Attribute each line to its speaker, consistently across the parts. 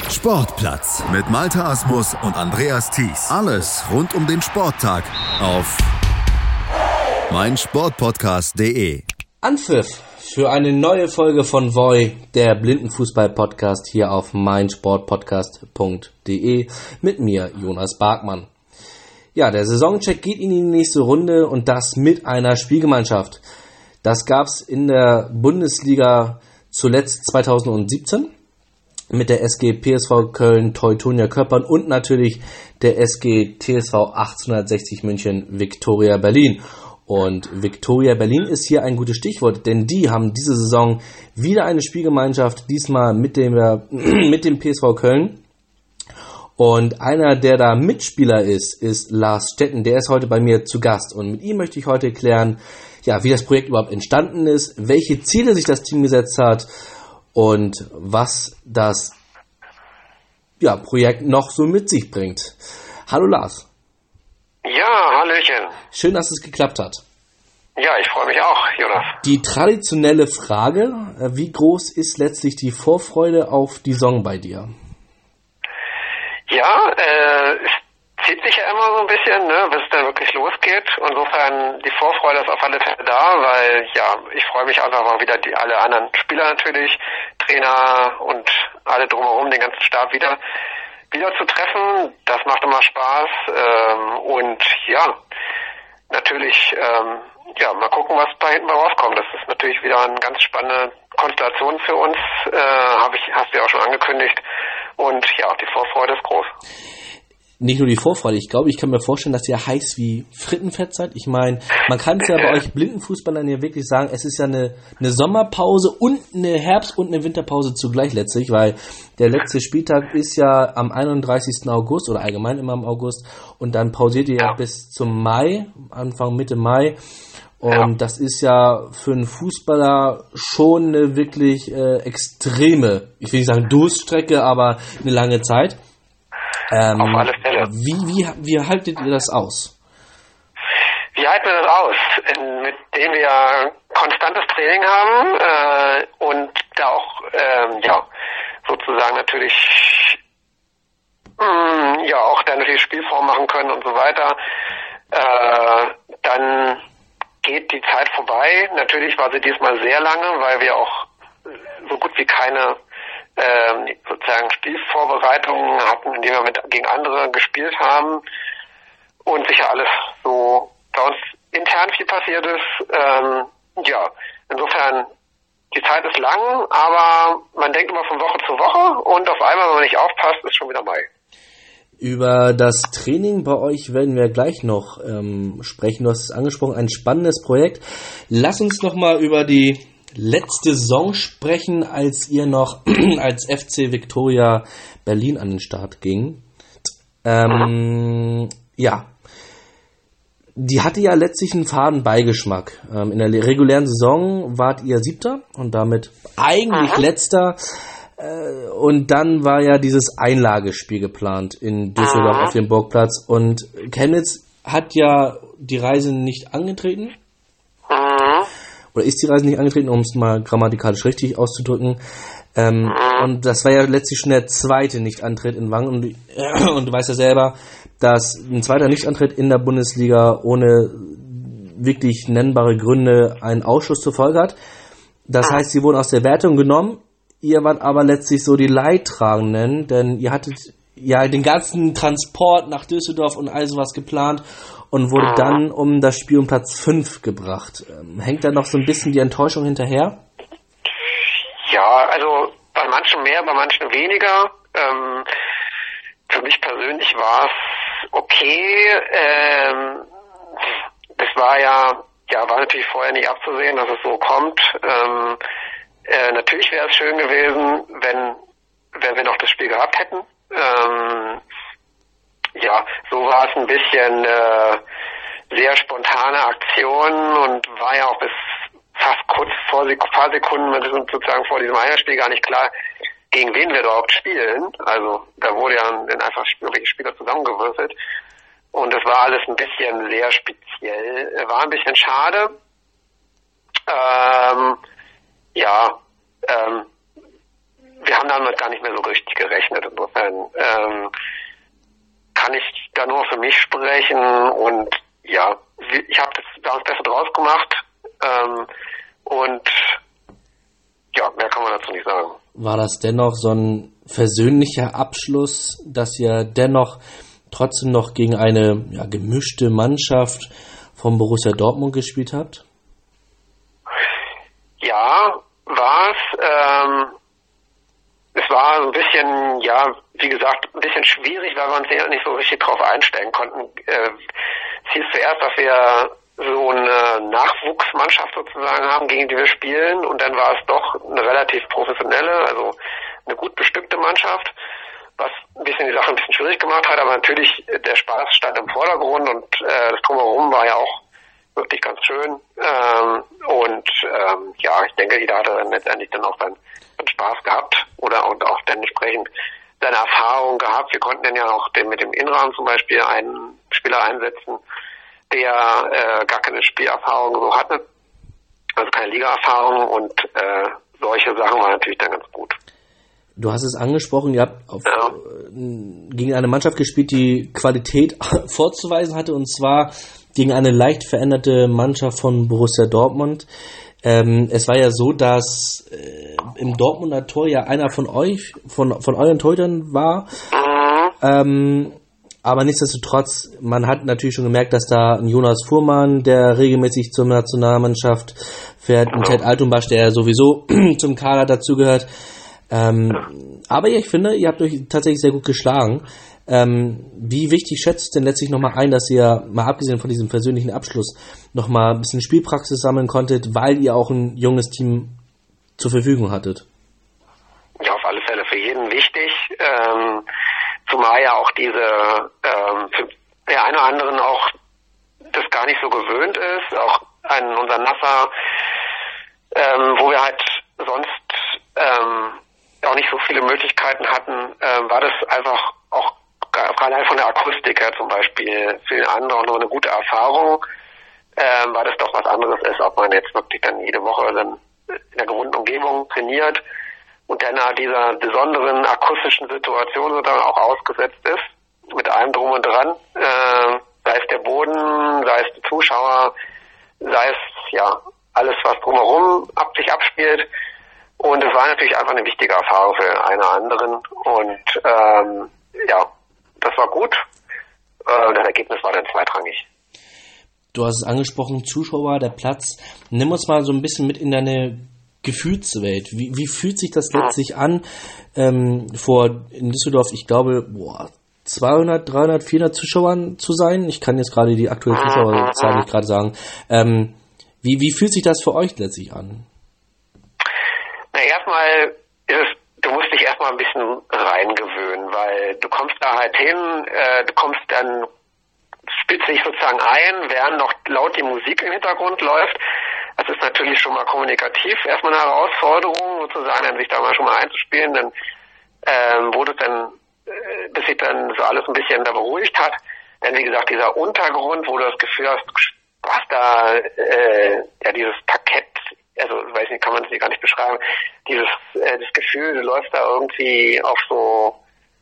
Speaker 1: Sportplatz mit Malte Asmus und Andreas Thies. Alles rund um den Sporttag auf meinsportpodcast.de.
Speaker 2: Anpfiff für eine neue Folge von Voi, der Blindenfußball-Podcast hier auf meinsportpodcast.de mit mir, Jonas Barkmann. Ja, der Saisoncheck geht in die nächste Runde und das mit einer Spielgemeinschaft. Das gab's in der Bundesliga zuletzt 2017 mit der SG PSV Köln Teutonia Köppern und natürlich der SG TSV 1860 München Viktoria Berlin. Und Viktoria Berlin ist hier ein gutes Stichwort, denn die haben diese Saison wieder eine Spielgemeinschaft, diesmal mit dem PSV Köln. Und einer, der da Mitspieler ist Lars Stetten, der ist heute bei mir zu Gast. Und mit ihm möchte ich heute klären, ja, wie das Projekt überhaupt entstanden ist, welche Ziele sich das Team gesetzt hat und was das Projekt noch so mit sich bringt. Hallo Lars.
Speaker 3: Ja, hallöchen.
Speaker 2: Schön, dass es geklappt hat.
Speaker 3: Ja, ich freue mich auch, Jonas.
Speaker 2: Die traditionelle Frage, wie groß ist letztlich die Vorfreude auf die Saison bei dir?
Speaker 3: Ja, es zieht sich ja immer so ein bisschen, bis es dann wirklich losgeht. Insofern, die Vorfreude ist auf alle Fälle da, weil ja, ich freue mich einfach mal wieder alle anderen Spieler natürlich, Trainer und alle drumherum, den ganzen Stab wieder zu treffen. Das macht immer Spaß. Und ja, natürlich, mal gucken, was da hinten rauskommt. Das ist natürlich wieder eine ganz spannende Konstellation für uns. Hast du ja auch schon angekündigt. Und ja, die Vorfreude ist groß.
Speaker 2: Nicht nur die Vorfreude, ich glaube, ich kann mir vorstellen, dass ihr heiß wie Frittenfett seid. Ich meine, man kann es ja bei euch Blindenfußballern ja wirklich sagen, es ist ja eine Sommerpause und eine Herbst- und eine Winterpause zugleich letztlich, weil der letzte Spieltag ist ja am 31. August oder allgemein immer im August und dann pausiert ihr ja bis zum Mai, Anfang, Mitte Mai. Und das ist ja für einen Fußballer schon eine wirklich extreme, ich will nicht sagen Durststrecke, aber eine lange Zeit.
Speaker 3: Auf alle Fälle.
Speaker 2: Wie haltet ihr das aus?
Speaker 3: Wie halten wir das aus? Indem wir konstantes Training haben und da auch sozusagen natürlich auch dann natürlich Spielform machen können und so weiter. Dann geht die Zeit vorbei. Natürlich war sie diesmal sehr lange, weil wir auch so gut wie keine sozusagen Spielvorbereitungen hatten, indem wir gegen andere gespielt haben und sicher alles so bei uns intern viel passiert ist. Insofern die Zeit ist lang, aber man denkt immer von Woche zu Woche und auf einmal, wenn man nicht aufpasst, ist schon wieder Mai.
Speaker 2: Über das Training bei euch werden wir gleich noch sprechen. Du hast es angesprochen, ein spannendes Projekt. Lass uns noch mal über die letzte Saison sprechen, als ihr noch als FC Viktoria Berlin an den Start ging. Die hatte ja letztlich einen faden Beigeschmack. In der regulären Saison wart ihr Siebter und damit eigentlich Letzter. Und dann war ja dieses Einlagespiel geplant in Düsseldorf auf dem Burgplatz. Und Chemnitz hat ja die Reise nicht angetreten. Oder ist die Reise nicht angetreten, um es mal grammatikalisch richtig auszudrücken. Und das war ja letztlich schon der zweite Nichtantritt in Wangen. Und du weißt ja selber, dass ein zweiter Nichtantritt in der Bundesliga ohne wirklich nennbare Gründe einen Ausschuss zur Folge hat. Das heißt, sie wurden aus der Wertung genommen. Ihr wart aber letztlich so die Leidtragenden, denn ihr hattet ja den ganzen Transport nach Düsseldorf und all sowas geplant und wurde dann um das Spiel um Platz 5 gebracht. Hängt da noch so ein bisschen die Enttäuschung hinterher?
Speaker 3: Ja, also bei manchen mehr, bei manchen weniger. Für mich persönlich war es okay. Es war war natürlich vorher nicht abzusehen, dass es so kommt. Natürlich wäre es schön gewesen, wenn wir noch das Spiel gehabt hätten. So war es ein bisschen sehr spontane Aktion und war ja auch bis fast kurz vor ein paar Sekunden sozusagen vor diesem Einspiel gar nicht klar, gegen wen wir überhaupt spielen. Also da wurde ja dann einfach irgendwelche Spieler zusammengewürfelt. Und das war alles ein bisschen sehr speziell. War ein bisschen schade. wir haben damit gar nicht mehr so richtig gerechnet. Insofern kann ich da nur für mich sprechen und ja, ich habe da das Beste draus gemacht und ja, mehr kann man dazu nicht sagen.
Speaker 2: War das dennoch so ein versöhnlicher Abschluss, dass ihr dennoch trotzdem noch gegen eine gemischte Mannschaft vom Borussia Dortmund gespielt habt?
Speaker 3: Ja, war es. Es war ein bisschen, wie gesagt, ein bisschen schwierig, weil wir uns ja nicht so richtig drauf einstellen konnten. Es hieß zuerst, dass wir so eine Nachwuchsmannschaft sozusagen haben, gegen die wir spielen, und dann war es doch eine relativ professionelle, also eine gut bestückte Mannschaft, was ein bisschen die Sache ein bisschen schwierig gemacht hat, aber natürlich der Spaß stand im Vordergrund und das Drumherum war ja auch wirklich ganz schön. Ich denke, jeder hatte dann letztendlich dann auch seinen Spaß gehabt und auch dann entsprechend seine Erfahrung gehabt. Wir konnten dann ja auch mit dem Innenrahmen zum Beispiel einen Spieler einsetzen, der gar keine Spielerfahrung so hatte, also keine Ligaerfahrung, und solche Sachen waren natürlich dann ganz gut.
Speaker 2: Du hast es angesprochen, ihr habt gegen eine Mannschaft gespielt, die Qualität vorzuweisen hatte, und zwar gegen eine leicht veränderte Mannschaft von Borussia Dortmund. Es war ja so, dass im Dortmunder Tor ja einer von euch, von euren Torhütern war. Aber nichtsdestotrotz, man hat natürlich schon gemerkt, dass da ein Jonas Fuhrmann, der regelmäßig zur Nationalmannschaft fährt, ein Ted Altenbasch, der sowieso zum Kader dazugehört. Aber ich finde, ihr habt euch tatsächlich sehr gut geschlagen. Wie wichtig schätzt denn letztlich nochmal ein, dass ihr, mal abgesehen von diesem persönlichen Abschluss, nochmal ein bisschen Spielpraxis sammeln konntet, weil ihr auch ein junges Team zur Verfügung hattet?
Speaker 3: Ja, auf alle Fälle für jeden wichtig. Zumal ja auch für der eine oder anderen auch das gar nicht so gewöhnt ist. Auch unser Nasser, wo wir halt sonst auch nicht so viele Möglichkeiten hatten, war das einfach auch allein von der Akustik her zum Beispiel für den anderen auch noch eine gute Erfahrung, weil das doch was anderes ist, ob man jetzt wirklich dann jede Woche dann in der gewohnten Umgebung trainiert und dann dieser besonderen akustischen Situation sozusagen auch ausgesetzt ist, mit allem drum und dran, sei es der Boden, sei es die Zuschauer, sei es alles, was drumherum sich abspielt. Und es war natürlich einfach eine wichtige Erfahrung für einen oder anderen. Und das war gut. Das Ergebnis war dann zweitrangig.
Speaker 2: Du hast es angesprochen, Zuschauer, der Platz. Nimm uns mal so ein bisschen mit in deine Gefühlswelt. Wie fühlt sich das letztlich an, in Düsseldorf, ich glaube, 200, 300, 400 Zuschauern zu sein? Ich kann jetzt gerade die aktuelle Zuschauerzahl nicht gerade sagen. Wie fühlt sich das für euch letztlich an?
Speaker 3: Na, erstmal du musst dich erstmal ein bisschen reingewöhnen, weil du kommst da halt hin, spielst dich sozusagen ein, während noch laut die Musik im Hintergrund läuft. Das ist natürlich schon mal kommunikativ erstmal eine Herausforderung, sozusagen, dann sich da mal schon mal einzuspielen, dann bis sich dann so alles ein bisschen da beruhigt hat. Denn wie gesagt, dieser Untergrund, wo du das Gefühl hast, du hast da dieses Parkett, also weiß nicht, kann man es gar nicht beschreiben, das Gefühl, du läufst da irgendwie auf so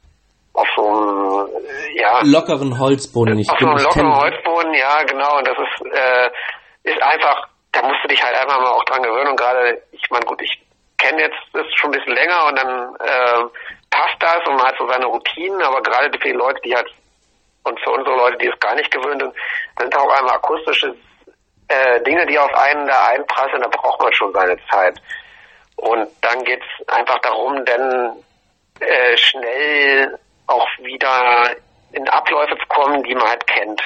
Speaker 3: einem
Speaker 2: lockeren Holzboden.
Speaker 3: Holzboden, ja genau, und das ist einfach, da musst du dich halt einfach mal auch dran gewöhnen, und gerade, ich meine, gut, ich kenne jetzt das schon ein bisschen länger, und dann passt das und man hat so seine Routinen, aber gerade für die Leute, die halt, und für unsere Leute, die es gar nicht gewöhnt sind auch einmal akustische Dinge, die auf einen da einprasseln, da braucht man schon seine Zeit. Und dann geht's einfach darum, dann schnell auch wieder in Abläufe zu kommen, die man halt kennt.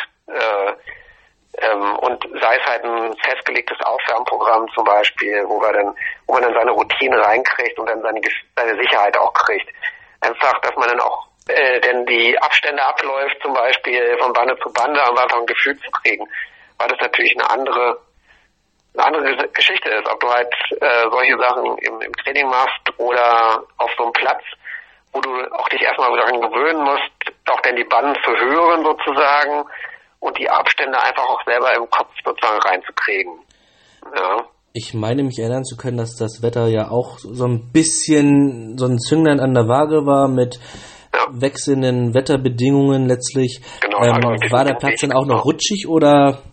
Speaker 3: Und sei es halt ein festgelegtes Aufwärmprogramm zum Beispiel, wo man dann seine Routine reinkriegt und dann seine Sicherheit auch kriegt. Einfach, dass man dann auch denn die Abstände abläuft, zum Beispiel von Bande zu Bande, um einfach ein Gefühl zu kriegen. Weil das natürlich eine andere Geschichte ist, ob du halt solche Sachen im Training machst oder auf so einem Platz, wo du auch dich erstmal daran gewöhnen musst, auch dann die Banden zu hören sozusagen und die Abstände einfach auch selber im Kopf sozusagen reinzukriegen. Ja.
Speaker 2: Ich meine, mich erinnern zu können, dass das Wetter ja auch so ein bisschen so ein Zünglein an der Waage war mit wechselnden Wetterbedingungen letztlich.
Speaker 3: Genau,
Speaker 2: war der Platz dann auch noch rutschig oder?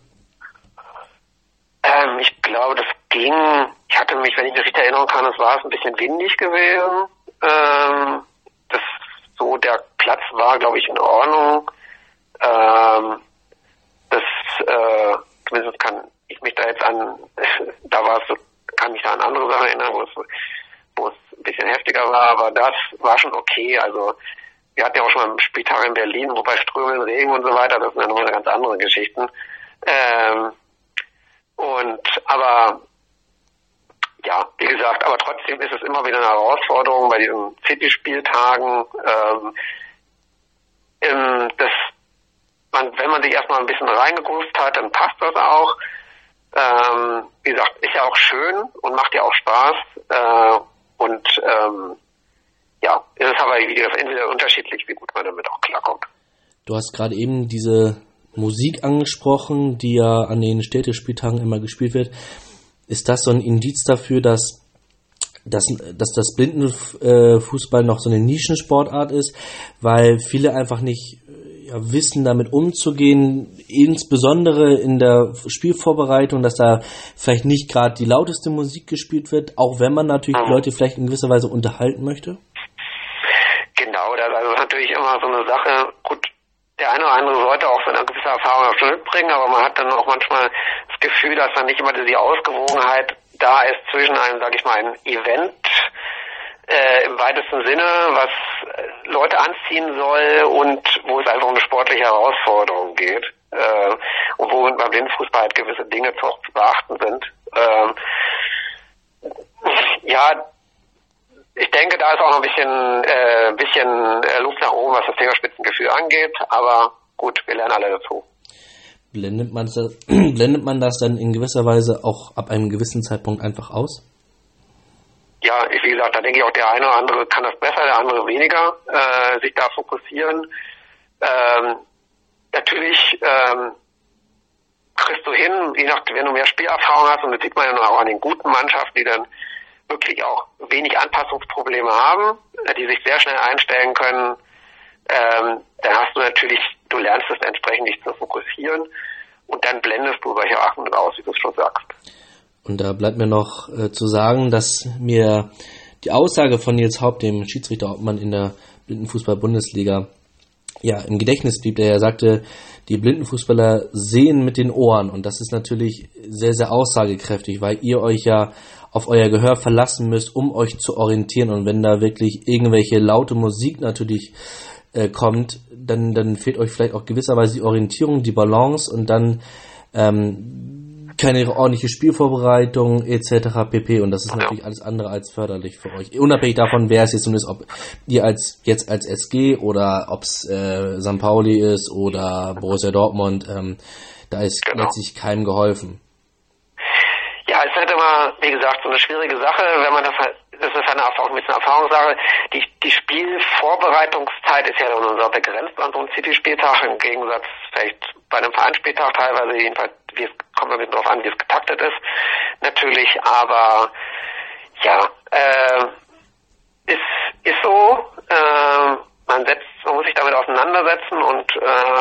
Speaker 3: Ich glaube, das ging. Ich hatte mich, wenn ich mich richtig erinnern kann, es war ein bisschen windig gewesen. Der Platz war, glaube ich, in Ordnung. Zumindest kann ich mich da jetzt an andere Sachen erinnern, wo es ein bisschen heftiger war, aber das war schon okay. Also wir hatten ja auch schon mal einen Spieltag in Berlin, wobei Strömen, Regen und so weiter, das sind ja nochmal ganz andere Geschichten. Aber ja, wie gesagt, aber trotzdem ist es immer wieder eine Herausforderung bei diesen City-Spieltagen, wenn man sich erstmal ein bisschen reingegroovt hat, dann passt das auch. Wie gesagt, ist ja auch schön und macht ja auch Spaß. Es ist aber wie gesagt entweder unterschiedlich, wie gut man damit auch klarkommt.
Speaker 2: Du hast gerade eben diese Musik angesprochen, die ja an den Städtespieltagen immer gespielt wird. Ist das so ein Indiz dafür, dass das Blindenfußball noch so eine Nischensportart ist, weil viele einfach nicht wissen, damit umzugehen, insbesondere in der Spielvorbereitung, dass da vielleicht nicht gerade die lauteste Musik gespielt wird, auch wenn man natürlich die Leute vielleicht in gewisser Weise unterhalten möchte?
Speaker 3: Genau, das ist natürlich immer so eine Sache. Gut, der eine oder andere sollte auch so eine gewisse Erfahrung schon mitbringen, aber man hat dann auch manchmal das Gefühl, dass dann nicht immer diese Ausgewogenheit da ist zwischen einem, sag ich mal, einem Event im weitesten Sinne, was Leute anziehen soll und wo es einfach um eine sportliche Herausforderung geht. Und wo beim Blindenfußball halt gewisse Dinge zu beachten sind. Ich denke, da ist auch noch ein bisschen Luft nach oben, was das Thema Spitzengefühl angeht, aber gut, wir lernen alle dazu.
Speaker 2: Blendet man das dann in gewisser Weise auch ab einem gewissen Zeitpunkt einfach aus?
Speaker 3: Ja, wie gesagt, da denke ich auch, der eine oder andere kann das besser, der andere weniger, sich da fokussieren. Natürlich kriegst du hin, wenn du mehr Spielerfahrung hast, und das sieht man ja auch an den guten Mannschaften, die dann wirklich auch wenig Anpassungsprobleme haben, die sich sehr schnell einstellen können, dann hast du natürlich, du lernst es entsprechend dich zu fokussieren und dann blendest du solche Sachen aus, wie du es schon sagst.
Speaker 2: Und da bleibt mir noch zu sagen, dass mir die Aussage von Nils Haupt, dem Schiedsrichterobmann in der Blindenfußball-Bundesliga, im Gedächtnis blieb, der ja sagte, die Blindenfußballer sehen mit den Ohren. Und das ist natürlich sehr, sehr aussagekräftig, weil ihr euch ja auf euer Gehör verlassen müsst, um euch zu orientieren. Und wenn da wirklich irgendwelche laute Musik natürlich kommt, dann fehlt euch vielleicht auch gewisserweise die Orientierung, die Balance und dann keine ordentliche Spielvorbereitung etc. pp. Und das ist natürlich alles andere als förderlich für euch. Unabhängig davon, wer es jetzt nun ist, ob ihr als SG oder ob es St. Pauli ist oder Borussia Dortmund, da ist letztlich keinem geholfen.
Speaker 3: Ja, es ist halt immer, wie gesagt, so eine schwierige Sache, wenn man das ist ein bisschen Erfahrungssache. Die Spielvorbereitungszeit ist ja nun so begrenzt an so einem City-Spieltag, im Gegensatz vielleicht bei einem Vereinsspieltag teilweise, jedenfalls, kommt ein bisschen drauf an, wie es getaktet ist, natürlich, aber ist so, man muss sich damit auseinandersetzen und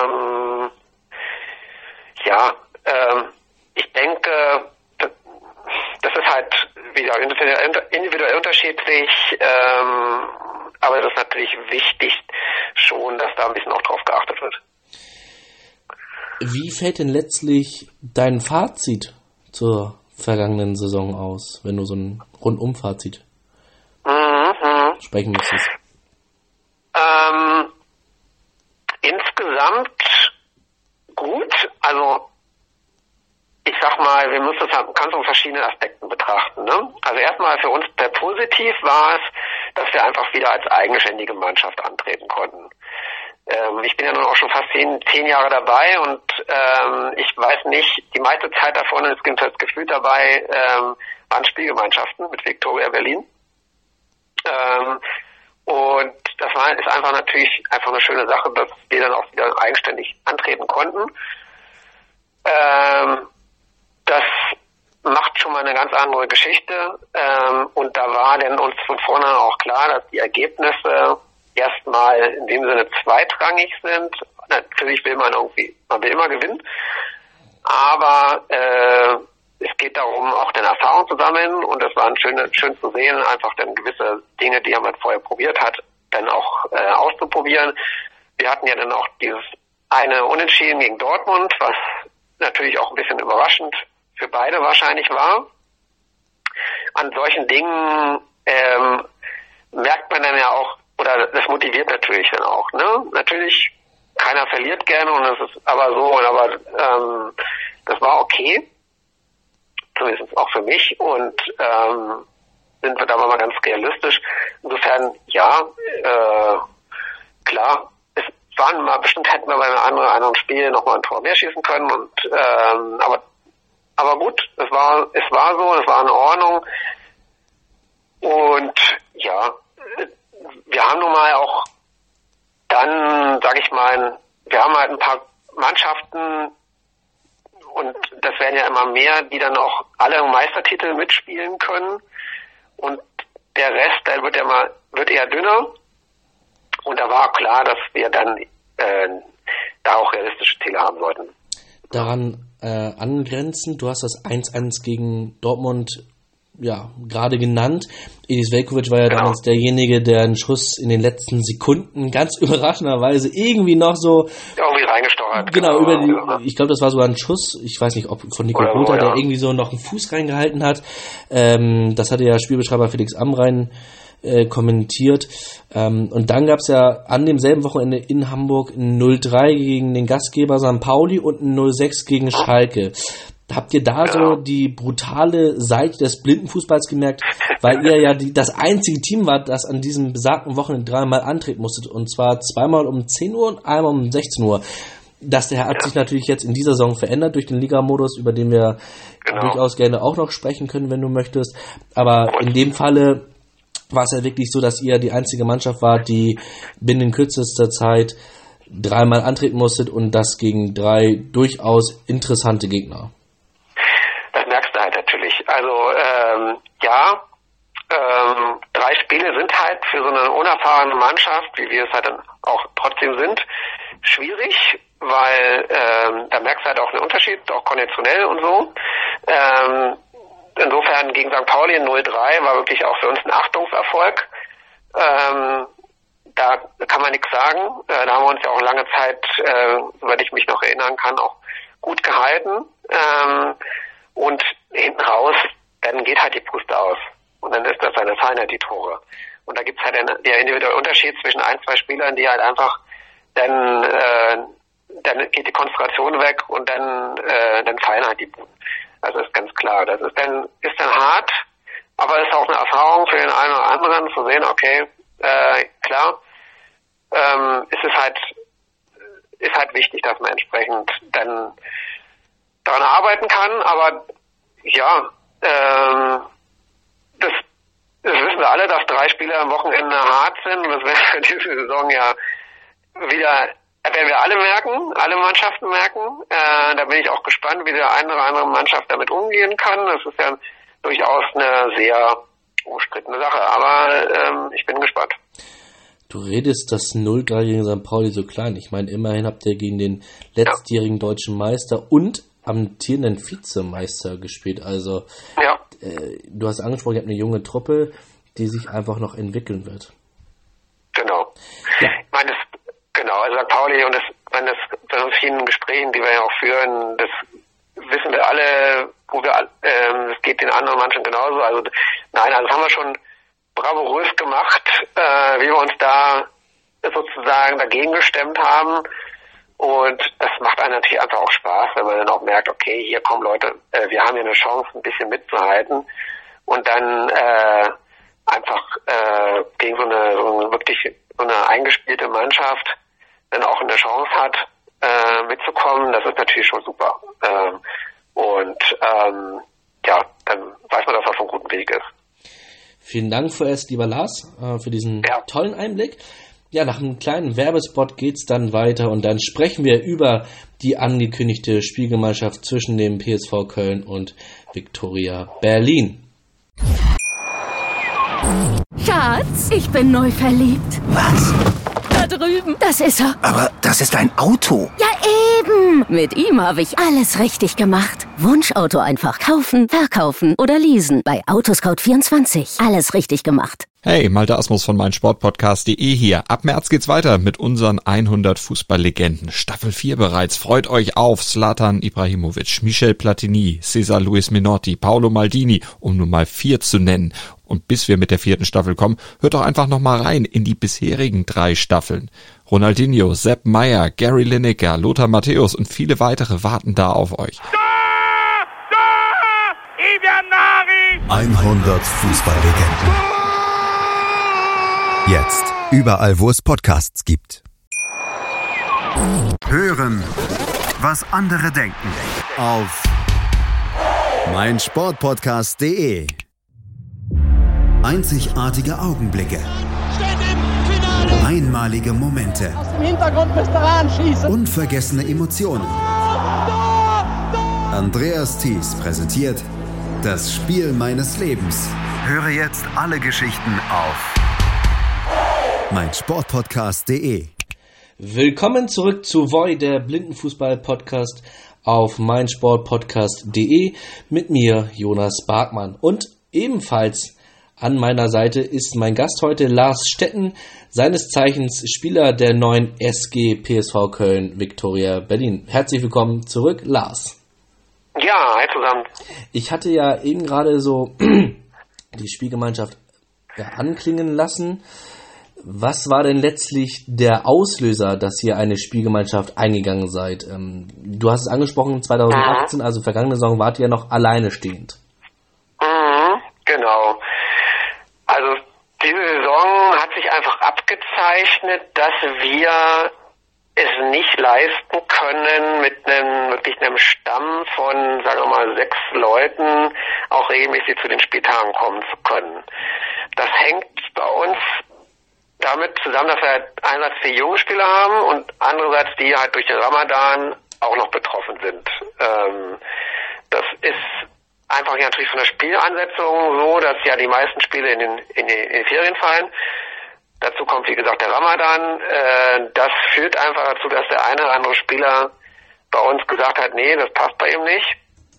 Speaker 3: ich denke, das ist halt wieder individuell unterschiedlich, aber es ist natürlich wichtig schon, dass da ein bisschen auch drauf geachtet wird.
Speaker 2: Wie fällt denn letztlich dein Fazit zur vergangenen Saison aus, wenn du so ein Rundum-Fazit sprechen müsstest?
Speaker 3: Insgesamt gut, also ich sag mal, wir müssen es ganz von verschiedenen Aspekten betrachten. Ne? Also erstmal für uns sehr positiv war es, dass wir einfach wieder als eigenständige Mannschaft antreten konnten. Ich bin ja nun auch schon fast 10 Jahre dabei und ich weiß nicht, die meiste Zeit davon ist jedenfalls gefühlt dabei, waren Spielgemeinschaften mit Viktoria Berlin. Und das ist einfach natürlich einfach eine schöne Sache, dass wir dann auch wieder eigenständig antreten konnten. Das macht schon mal eine ganz andere Geschichte. Und da war denn uns von vornherein auch klar, dass die Ergebnisse erstmal in dem Sinne zweitrangig sind. Natürlich will man will immer gewinnen. Aber es geht darum, auch dann Erfahrung zu sammeln. Und es war schön zu sehen, einfach dann gewisse Dinge, die man vorher probiert hat, dann auch auszuprobieren. Wir hatten ja dann auch dieses eine Unentschieden gegen Dortmund, was natürlich auch ein bisschen überraschend für beide wahrscheinlich war. An solchen Dingen merkt man dann ja auch, oder das motiviert natürlich dann auch. Ne? Natürlich, keiner verliert gerne und es ist aber so, aber das war okay, zumindest auch für mich und sind wir da mal ganz realistisch. Insofern, ja, klar, waren mal, bestimmt hätten wir bei einem anderen Spiel nochmal ein Tor mehr schießen können und aber gut, es war so, es war in Ordnung und ja, wir haben nun mal auch dann, sag ich mal, wir haben halt ein paar Mannschaften und das werden ja immer mehr, die dann auch alle Meistertitel mitspielen können und der Rest, der wird eher dünner. Und da war klar, dass wir dann da auch realistische Ziele haben sollten.
Speaker 2: Daran angrenzend, du hast das 1-1 gegen Dortmund ja gerade genannt. Edis Veljković war ja damals derjenige, der einen Schuss in den letzten Sekunden ganz überraschenderweise irgendwie noch so
Speaker 3: irgendwie reingestochert.
Speaker 2: Genau, ich glaube, das war sogar ein Schuss, ich weiß nicht, ob von Nico Rother, der irgendwie so noch einen Fuß reingehalten hat. Das hatte ja Spielbeschreiber Felix Amrain kommentiert. Und dann gab es ja an demselben Wochenende in Hamburg ein 0-3 gegen den Gastgeber St. Pauli und ein 0-6 gegen Schalke. Habt ihr da so die brutale Seite des Blindenfußballs gemerkt, weil ihr ja das einzige Team wart, das an diesem besagten Wochenende 3-mal antreten musstet, und zwar zweimal um 10 Uhr und einmal um 16 Uhr. Das hat sich natürlich jetzt in dieser Saison verändert durch den Liga-Modus, über den wir durchaus gerne auch noch sprechen können, wenn du möchtest. Aber in dem Falle war es ja wirklich so, dass ihr die einzige Mannschaft wart, die binnen kürzester Zeit 3-mal antreten musstet und das gegen 3 durchaus interessante Gegner.
Speaker 3: Das merkst du halt natürlich. Also 3 Spiele sind halt für so eine unerfahrene Mannschaft, wie wir es halt dann auch trotzdem sind, schwierig, weil da merkst du halt auch einen Unterschied, auch konditionell und so. Insofern gegen St. Pauli 0-3 war wirklich auch für uns ein Achtungserfolg. Da kann man nichts sagen. Da haben wir uns ja auch lange Zeit, soweit ich mich noch erinnern kann, auch gut gehalten. Und hinten raus, dann geht halt die Puste aus. Und dann ist das eine Feinheit, die Tore. Und da gibt's halt der individuelle Unterschied zwischen 1, 2 Spielern, die halt einfach dann geht die Konzentration weg und dann fallen halt die Buden. Also ist ganz klar. Das ist dann hart, aber ist auch eine Erfahrung für den einen oder anderen zu sehen, okay, klar, ist halt wichtig, dass man entsprechend dann daran arbeiten kann, aber ja, das wissen wir alle, dass 3 Spiele am Wochenende hart sind und das werden wir diese Saison ja wieder, werden wir alle merken, alle Mannschaften merken. Da bin ich auch gespannt, wie der eine oder andere Mannschaft damit umgehen kann. Das ist ja durchaus eine sehr umstrittene Sache, aber ich bin gespannt.
Speaker 2: Du redest das 0-3 gegen St. Pauli so klein. Ich meine, immerhin habt ihr gegen den letztjährigen deutschen Meister und amtierenden Vizemeister gespielt. Also du hast angesprochen, ihr habt eine junge Truppe, die sich einfach noch entwickeln wird.
Speaker 3: Genau. Ja. Ich meine, also St. Pauli und bei so vielen Gesprächen, die wir ja auch führen, das wissen wir alle, es geht den anderen Mannschaften genauso. Also nein, also das haben wir schon bravourös gemacht, wie wir uns da sozusagen dagegen gestemmt haben. Und das macht einem natürlich einfach auch Spaß, wenn man dann auch merkt, okay, hier kommen Leute, wir haben hier eine Chance, ein bisschen mitzuhalten und dann einfach gegen so eine eingespielte Mannschaft dann auch eine Chance hat, mitzukommen. Das ist natürlich schon super. Dann weiß man, dass er auf einem guten Weg ist.
Speaker 2: Vielen Dank vorerst, lieber Lars, für diesen tollen Einblick. Ja, nach einem kleinen Werbespot geht's dann weiter und dann sprechen wir über die angekündigte Spielgemeinschaft zwischen dem PSV Köln und Viktoria Berlin.
Speaker 4: Schatz, ich bin neu verliebt.
Speaker 5: Was?
Speaker 4: Da drüben. Das ist er.
Speaker 5: Aber das ist ein Auto.
Speaker 4: Ja, eben. Mit ihm habe ich alles richtig gemacht. Wunschauto einfach kaufen, verkaufen oder leasen. Bei Autoscout24. Alles richtig gemacht.
Speaker 6: Hey, Malte Asmus von meinsportpodcast.de hier. Ab März geht's weiter mit unseren 100 Fußballlegenden. Staffel 4 bereits. Freut euch auf Zlatan Ibrahimovic, Michel Platini, Cesar Luis Menotti, Paolo Maldini, um nur mal 4 zu nennen. Und bis wir mit der 4. Staffel kommen, hört doch einfach noch mal rein in die bisherigen 3 Staffeln. Ronaldinho, Sepp Maier, Gary Lineker, Lothar Matthäus und viele weitere warten da auf euch.
Speaker 1: 100 Fußballlegenden. Jetzt überall, wo es Podcasts gibt. Hören, was andere denken. Auf meinsportpodcast.de. Einzigartige Augenblicke. Einmalige Momente.
Speaker 7: Aus dem Hintergrund müsst ihr anschießen.
Speaker 1: Unvergessene Emotionen. Andreas Thies präsentiert das Spiel meines Lebens. Höre jetzt alle Geschichten auf meinsportpodcast.de.
Speaker 2: Willkommen zurück zu Voi, der Blindenfußball-Podcast auf meinsportpodcast.de mit mir, Jonas Barkmann. Und ebenfalls an meiner Seite ist mein Gast heute Lars Stetten, seines Zeichens Spieler der neuen SG PSV Köln Viktoria Berlin. Herzlich willkommen zurück, Lars.
Speaker 3: Ja, hi zusammen.
Speaker 2: Ich hatte ja eben gerade so die Spielgemeinschaft anklingen lassen. Was war denn letztlich der Auslöser, dass ihr eine Spielgemeinschaft eingegangen seid? Du hast es angesprochen, 2018, also vergangene Saison, wart ihr noch alleine stehend.
Speaker 3: Genau. Also diese Saison hat sich einfach abgezeichnet, dass wir es nicht leisten können, mit einem Stamm von, sagen wir mal, 6 Leuten auch regelmäßig zu den Spieltagen kommen zu können. Das hängt bei uns damit zusammen, dass wir halt einerseits 4 junge Spieler haben und andererseits die halt durch den Ramadan auch noch betroffen sind. Das ist einfach natürlich von der Spielansetzung so, dass ja die meisten Spiele in den Ferien fallen. Dazu kommt, wie gesagt, der Ramadan. Das führt einfach dazu, dass der eine oder andere Spieler bei uns gesagt hat, nee, das passt bei ihm nicht.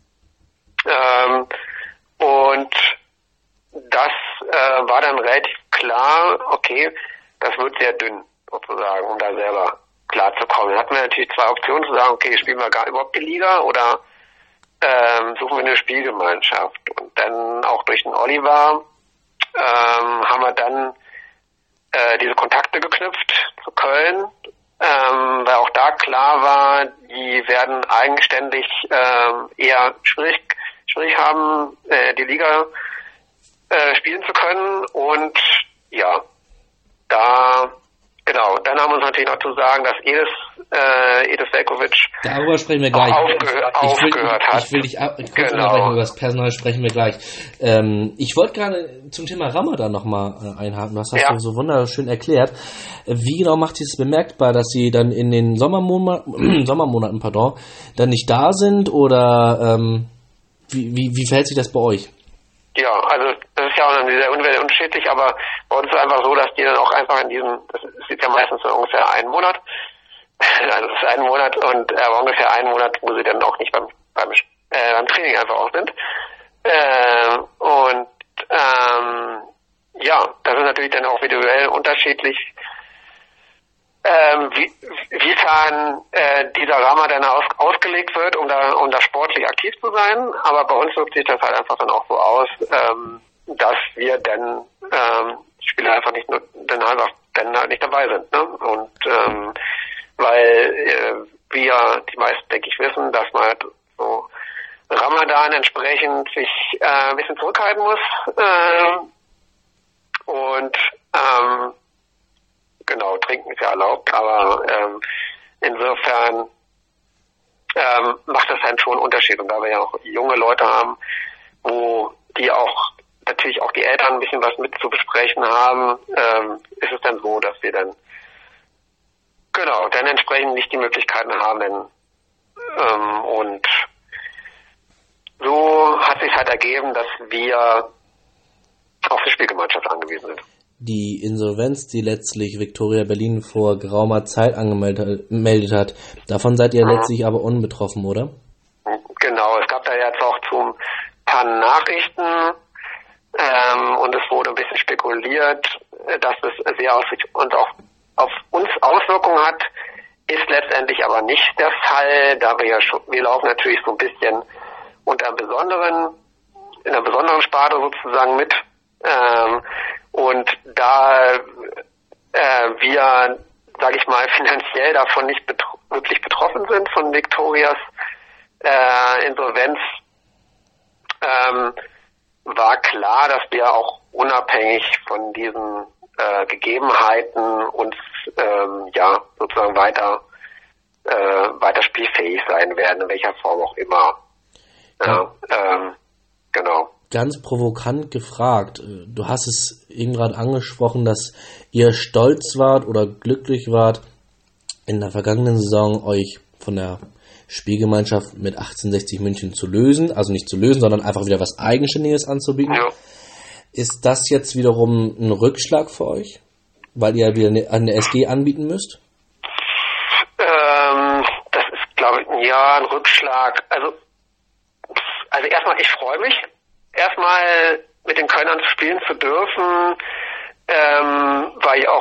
Speaker 3: Und das war dann relativ klar, okay, das wird sehr dünn, sozusagen, um da selber klarzukommen. Dann hatten wir natürlich 2 Optionen zu sagen, okay, spielen wir überhaupt die Liga oder suchen wir eine Spielgemeinschaft. Und dann auch durch den Oliver haben wir dann diese Kontakte geknüpft zu Köln, weil auch da klar war, die werden eigenständig eher schwierig haben, die Liga spielen zu können. Und ja, dann haben wir uns natürlich noch zu sagen, dass Edis Veljković
Speaker 2: darüber sprechen wir gleich.
Speaker 3: aufgehört hat.
Speaker 2: Ich will dich kurz unterbrechen, über das Personal sprechen wir gleich. Ich wollte gerade zum Thema Ramadan nochmal einhaken. Das hast du so wunderschön erklärt. Wie genau macht es bemerkbar, dass sie dann in den Sommermonaten, dann nicht da sind? Oder wie verhält sich das bei euch? Ja, also das ist ja auch sehr unterschiedlich, aber bei uns ist es einfach so, dass die dann auch einfach das ist ja meistens so ungefähr einen Monat, also das ist 1 Monat und ungefähr 1 Monat, wo sie dann auch nicht beim Training einfach auch sind. Das ist natürlich dann auch individuell unterschiedlich, wiefern dieser Ramadan ausgelegt wird, um da sportlich aktiv zu sein. Aber bei uns wirkt sich das halt einfach dann auch so aus, dass wir dann Spieler einfach nicht dabei sind. Ne? Und weil wir die meisten, denke ich, wissen, dass man halt so Ramadan entsprechend sich ein bisschen zurückhalten muss. Genau, trinken ist ja erlaubt, aber insofern macht das dann schon einen Unterschied. Und da wir ja auch junge Leute haben, wo die auch natürlich auch die Eltern ein bisschen was mit zu besprechen haben, ist es dann so, dass wir dann
Speaker 3: entsprechend nicht die Möglichkeiten haben. Und so hat sich halt ergeben, dass wir auf die Spielgemeinschaft angewiesen sind.
Speaker 2: Die Insolvenz, die letztlich Viktoria Berlin vor geraumer Zeit angemeldet hat, davon seid ihr letztlich aber unbetroffen, oder?
Speaker 3: Genau, es gab da jetzt auch ein paar Nachrichten und es wurde ein bisschen spekuliert, dass es sehr auf uns Auswirkungen hat, ist letztendlich aber nicht der Fall, da wir laufen natürlich so ein bisschen in einer besonderen Sparte sozusagen mit. Und da wir, sage ich mal, finanziell davon nicht wirklich betroffen sind, von Viktorias Insolvenz, war klar, dass wir auch unabhängig von diesen Gegebenheiten uns sozusagen weiter spielfähig sein werden, in welcher Form auch immer. Genau.
Speaker 2: Ganz provokant gefragt, du hast es eben gerade angesprochen, dass ihr stolz wart oder glücklich wart, in der vergangenen Saison euch von der Spielgemeinschaft mit 1860 München zu lösen, also nicht zu lösen, sondern einfach wieder was Eigenständiges anzubieten. Ja. Ist das jetzt wiederum ein Rückschlag für euch, weil ihr wieder eine SG anbieten müsst?
Speaker 3: Das ist, glaube ich, ein Rückschlag. Also erstmal, ich freue mich, erstmal mit den Kölnern spielen zu dürfen, weil ich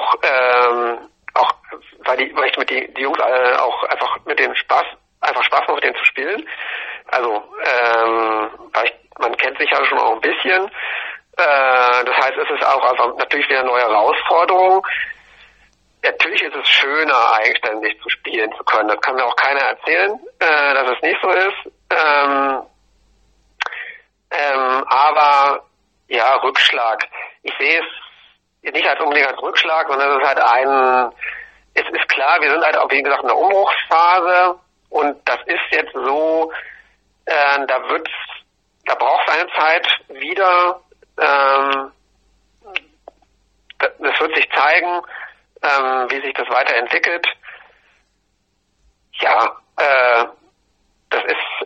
Speaker 3: weil ich die Jungs auch einfach mit denen Spaß macht, mit denen zu spielen. Also, man kennt sich ja schon auch ein bisschen. Das heißt, es ist auch einfach natürlich wieder eine neue Herausforderung. Natürlich ist es schöner, eigenständig zu spielen zu können. Das kann mir auch keiner erzählen, dass es nicht so ist. Aber ja, Rückschlag. Ich sehe es nicht unbedingt als Rückschlag, sondern es ist halt es ist klar, wir sind halt auch, wie gesagt, in der Umbruchsphase und das ist jetzt so, da braucht es eine Zeit wieder, das wird sich zeigen, wie sich das weiterentwickelt. Ja, das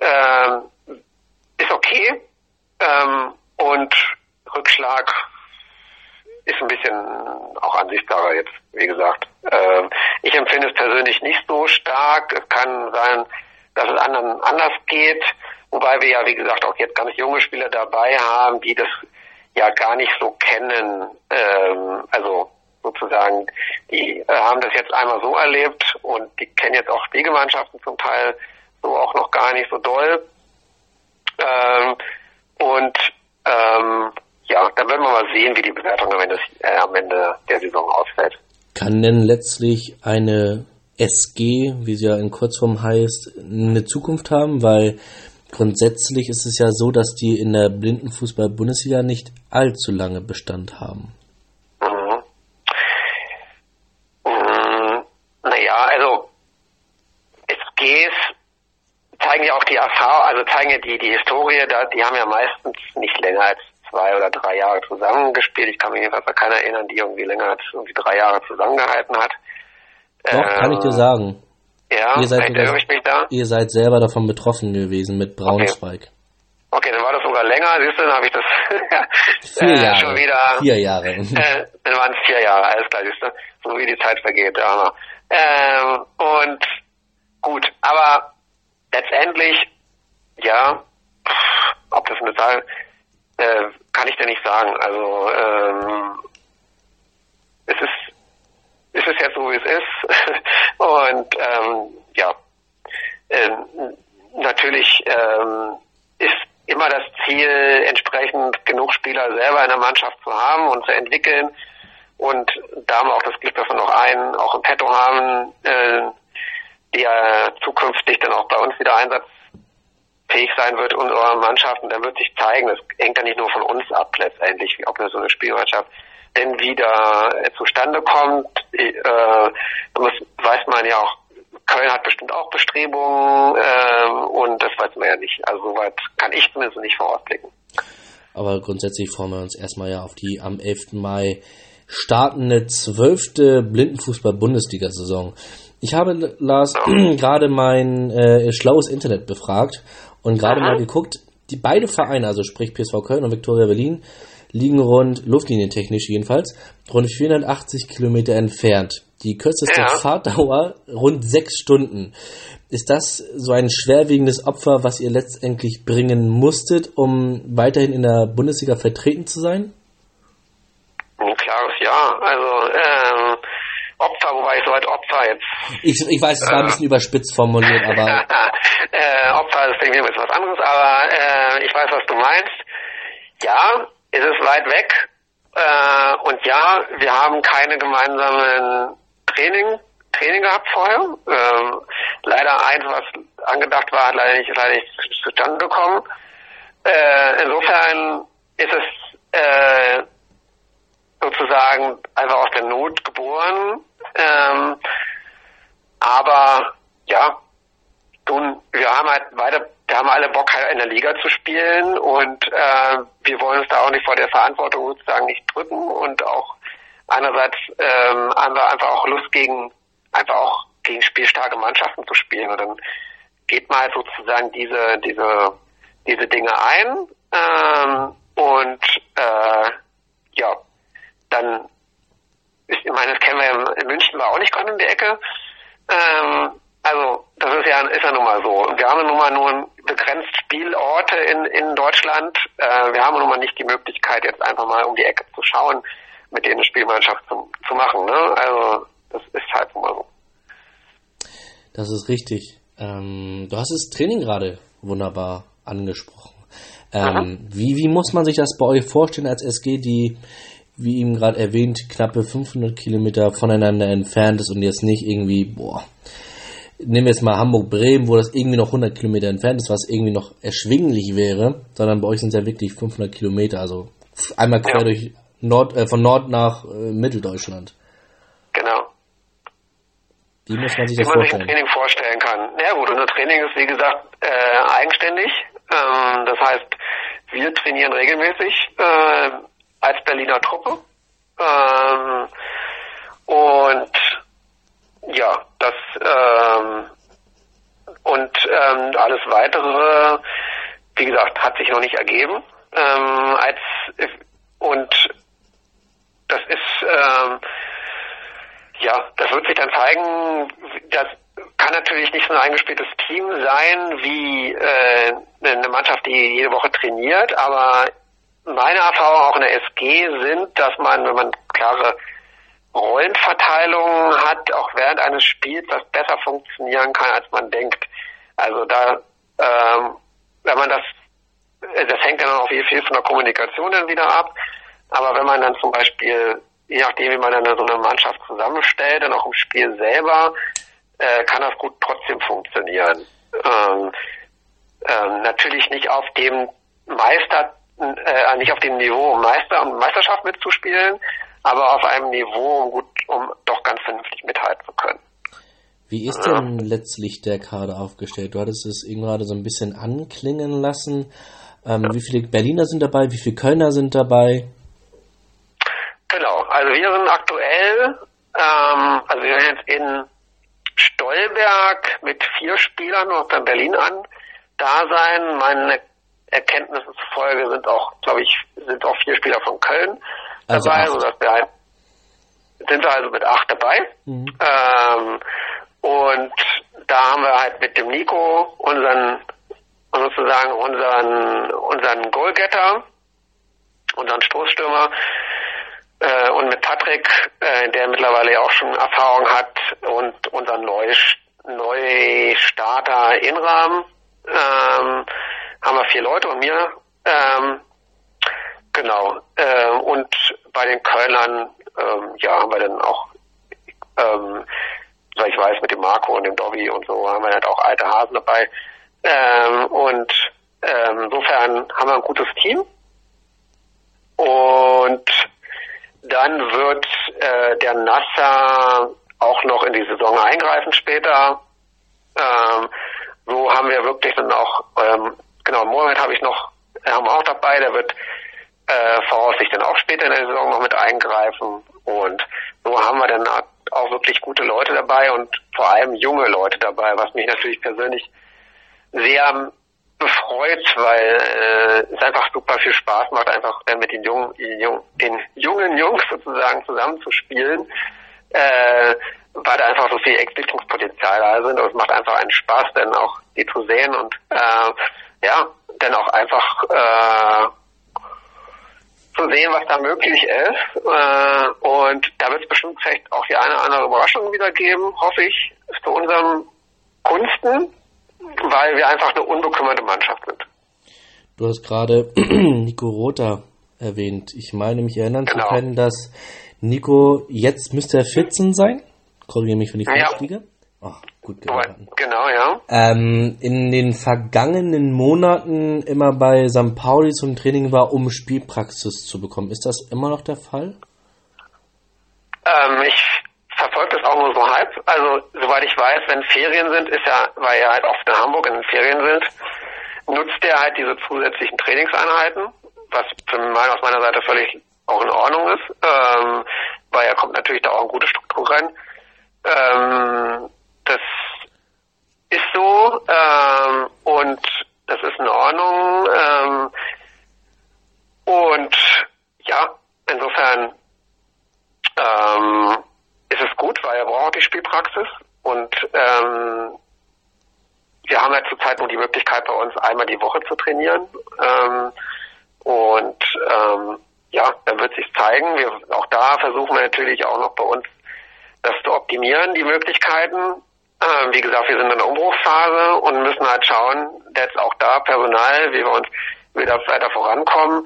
Speaker 3: ist okay. Und Rückschlag ist ein bisschen auch ansichtssacher jetzt, wie gesagt. Ich empfinde es persönlich nicht so stark. Es kann sein, dass es anderen anders geht, wobei wir ja, wie gesagt, auch jetzt ganz junge Spieler dabei haben, die das ja gar nicht so kennen. Also sozusagen, die haben das jetzt einmal so erlebt und die kennen jetzt auch Spielgemeinschaften zum Teil so auch noch gar nicht so doll. Dann werden wir mal sehen, wie die Bewertung am Ende der Saison ausfällt.
Speaker 2: Kann denn letztlich eine SG, wie sie ja in Kurzform heißt, eine Zukunft haben? Weil grundsätzlich ist es ja so, dass die in der Blindenfußball-Bundesliga nicht allzu lange Bestand haben.
Speaker 3: Also SGs zeigen ja auch die Erfahrung, also zeigen ja die Historie, die haben ja meistens nicht länger als 2 oder 3 Jahre zusammengespielt. Ich kann mich jedenfalls an keiner erinnern, die irgendwie länger als 3 Jahre zusammengehalten hat.
Speaker 2: Doch, kann ich dir sagen.
Speaker 3: Ja,
Speaker 2: ihr seid selber davon betroffen gewesen mit Braunschweig.
Speaker 3: Okay, dann war das sogar länger, siehst du, dann habe ich das
Speaker 2: 4 Jahre.
Speaker 3: Schon wieder.
Speaker 2: 4 Jahre.
Speaker 3: Dann waren es 4 Jahre, alles klar, siehst du, so wie die Zeit vergeht. Ja. Und gut, aber letztendlich, ja, ob das eine Zahl, kann ich dir nicht sagen. Also es ist jetzt so, wie es ist. Und natürlich ist immer das Ziel, entsprechend genug Spieler selber in der Mannschaft zu haben und zu entwickeln. Und da haben wir auch das Glück, dass wir noch einen auch im Petto haben, der zukünftig dann auch bei uns wieder einsatzfähig sein wird, unserer Mannschaft. Und dann wird sich zeigen, das hängt ja nicht nur von uns ab letztendlich, ob so eine Spielmannschaft denn wieder zustande kommt. Weiß man ja auch, Köln hat bestimmt auch Bestrebungen und das weiß man ja nicht. Also soweit kann ich zumindest nicht vorausblicken.
Speaker 2: Aber grundsätzlich freuen wir uns erstmal ja auf die am 11. Mai startende 12. Blindenfußball-Bundesliga-Saison. Ich habe, Lars, gerade mein schlaues Internet befragt und gerade mal geguckt, die beide Vereine, also sprich PSV Köln und Viktoria Berlin, liegen luftlinientechnisch jedenfalls, rund 480 Kilometer entfernt. Die kürzeste Fahrtdauer rund 6 Stunden. Ist das so ein schwerwiegendes Opfer, was ihr letztendlich bringen musstet, um weiterhin in der Bundesliga vertreten zu sein?
Speaker 3: Ein klares Ja. Also Opfer, wobei ich so als Opfer jetzt...
Speaker 2: Ich weiß, es war ein bisschen überspitzt formuliert, aber...
Speaker 3: Opfer ist irgendwie ein bisschen was anderes, aber ich weiß, was du meinst. Ja, es ist weit weg. Und ja, wir haben keine gemeinsamen Training gehabt vorher. Leider eins, was angedacht war, hat leider nicht zustande gekommen. Insofern ist es sozusagen einfach aus der Not geboren. Aber ja, wir haben alle Bock halt in der Liga zu spielen und wir wollen uns da auch nicht vor der Verantwortung sozusagen nicht drücken und auch einerseits haben wir einfach auch Lust gegen spielstarke Mannschaften zu spielen und dann geht man halt sozusagen diese Dinge ein ja, dann ich meine, das kennen wir ja in München, war auch nicht gerade in der Ecke. Also das ist ja nun mal so. Wir haben nun mal begrenzt Spielorte in Deutschland. Wir haben nun mal nicht die Möglichkeit, jetzt einfach mal um die Ecke zu schauen, mit denen eine Spielmannschaft zu machen. Ne? Also das ist halt nun mal so.
Speaker 2: Das ist richtig. Du hast das Training gerade wunderbar angesprochen. Wie muss man sich das bei euch vorstellen als SG, die, wie eben gerade erwähnt, knappe 500 Kilometer voneinander entfernt ist und jetzt nicht irgendwie, nehmen wir jetzt mal Hamburg-Bremen, wo das irgendwie noch 100 Kilometer entfernt ist, was irgendwie noch erschwinglich wäre, sondern bei euch sind es ja wirklich 500 Kilometer, also einmal quer durch von Nord nach Mitteldeutschland.
Speaker 3: Genau.
Speaker 2: Wie muss man sich
Speaker 3: das vorstellen? Wie man sich
Speaker 2: ein
Speaker 3: Training vorstellen kann. Ja gut, unser Training ist wie gesagt eigenständig. Das heißt, wir trainieren regelmäßig als Berliner Truppe. Und ja, das alles Weitere, wie gesagt, hat sich noch nicht ergeben. Und das ist das wird sich dann zeigen. Das kann natürlich nicht so ein eingespieltes Team sein wie eine Mannschaft, die jede Woche trainiert, aber meine Erfahrungen auch in der SG sind, dass man, wenn man klare Rollenverteilungen hat, auch während eines Spiels das besser funktionieren kann, als man denkt. Also wenn man das hängt dann auch viel von der Kommunikation dann wieder ab, aber wenn man dann zum Beispiel, je nachdem wie man dann so eine Mannschaft zusammenstellt, dann auch im Spiel selber, kann das gut trotzdem funktionieren. Natürlich nicht auf dem nicht auf dem Niveau, um Meisterschaft mitzuspielen, aber auf einem Niveau, um doch ganz vernünftig mithalten zu können.
Speaker 2: Wie ist denn letztlich der Kader aufgestellt? Du hattest es eben gerade so ein bisschen anklingen lassen. Wie viele Berliner sind dabei? Wie viele Kölner sind dabei?
Speaker 3: Genau, also wir sind aktuell, wir sind jetzt in Stolberg mit 4 Spielern noch bei Berlin da sein. Meine Erkenntnissen zufolge sind auch 4 Spieler von Köln dabei, sodass sind wir also mit 8 dabei. Mhm. Und da haben wir halt mit dem Nico unseren Goalgetter, unseren Stoßstürmer, und mit Patrick, der mittlerweile ja auch schon Erfahrung hat, und unseren Neustarter Inram, haben wir 4 Leute und mir. Genau. Und bei den Kölnern, haben wir dann auch, ich weiß, mit dem Marco und dem Dobby und so haben wir halt auch alte Hasen dabei. Insofern haben wir ein gutes Team. Und dann wird der Nasser auch noch in die Saison eingreifen später. So haben wir wirklich dann auch, Mohamed haben wir auch dabei, der wird voraussichtlich dann auch später in der Saison noch mit eingreifen. Und so haben wir dann auch wirklich gute Leute dabei und vor allem junge Leute dabei, was mich natürlich persönlich sehr befreut, weil es einfach super viel Spaß macht, einfach dann mit den jungen Jungs sozusagen zusammenzuspielen, weil da einfach so viel Entwicklungspotenzial da sind und es macht einfach einen Spaß, dann auch die zu sehen und dann auch einfach zu sehen, was da möglich ist. Und da wird es bestimmt vielleicht auch die eine oder andere Überraschung wieder geben, hoffe ich, zu unserem Gunsten, weil wir einfach eine unbekümmerte Mannschaft sind.
Speaker 2: Du hast gerade Nico Rother erwähnt. Ich meine, mich erinnern zu können, dass Nico, jetzt müsste er 14 sein. Korrigiere mich, wenn ich falsch liege. Ach, gut geraten.
Speaker 3: Genau, ja.
Speaker 2: In den vergangenen Monaten immer bei St. Pauli zum Training war, um Spielpraxis zu bekommen. Ist das immer noch der Fall?
Speaker 3: Ich verfolge das auch nur so halb. Also, soweit ich weiß, wenn Ferien sind, weil er halt oft in Hamburg in den Ferien sind, nutzt er halt diese zusätzlichen Trainingseinheiten, was aus meiner Seite völlig auch in Ordnung ist, weil er kommt natürlich da auch in gute Struktur rein. Das ist so und das ist in Ordnung und ja, insofern ist es gut, weil er braucht die Spielpraxis und wir haben ja zurzeit nur die Möglichkeit bei uns einmal die Woche zu trainieren dann wird sich zeigen. Auch da versuchen wir natürlich auch noch bei uns das zu optimieren, die Möglichkeiten. Wie gesagt, wir sind in der Umbruchsphase und müssen halt schauen, jetzt auch da Personal, wie wir uns wieder weiter vorankommen,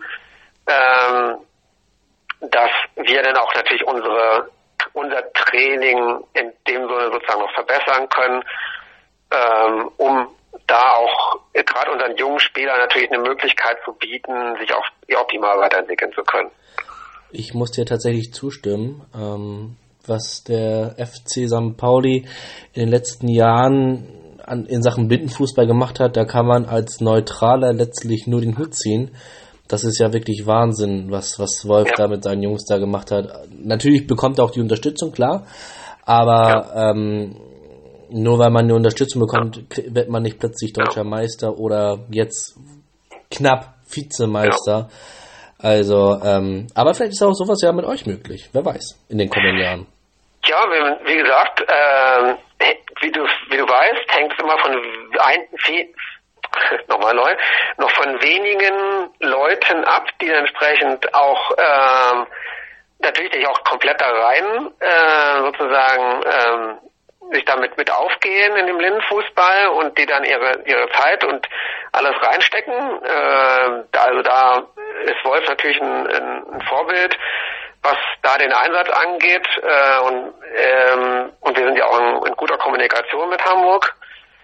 Speaker 3: dass wir dann auch natürlich unser Training in dem Sinne sozusagen noch verbessern können, um da auch gerade unseren jungen Spielern natürlich eine Möglichkeit zu bieten, sich auch optimal weiterentwickeln zu können.
Speaker 2: Ich muss dir tatsächlich zustimmen. Was der FC St. Pauli in den letzten Jahren in Sachen Blindenfußball gemacht hat, da kann man als Neutraler letztlich nur den Hut ziehen. Das ist ja wirklich Wahnsinn, was Wolf da mit seinen Jungs da gemacht hat. Natürlich bekommt er auch die Unterstützung, klar, aber nur weil man eine Unterstützung bekommt, wird man nicht plötzlich deutscher Meister oder jetzt knapp Vizemeister. Also, aber vielleicht ist auch sowas ja mit euch möglich. Wer weiß, in den kommenden Jahren.
Speaker 3: Ja, wie gesagt, wie du weißt, hängt es immer noch von wenigen Leuten ab, die dann entsprechend auch natürlich auch komplett da rein sozusagen sich damit mit aufgehen in dem Blindenfußball und die dann ihre Zeit und alles reinstecken. Also da ist Wolf natürlich ein Vorbild, was da den Einsatz angeht. Und wir sind ja auch in guter Kommunikation mit Hamburg.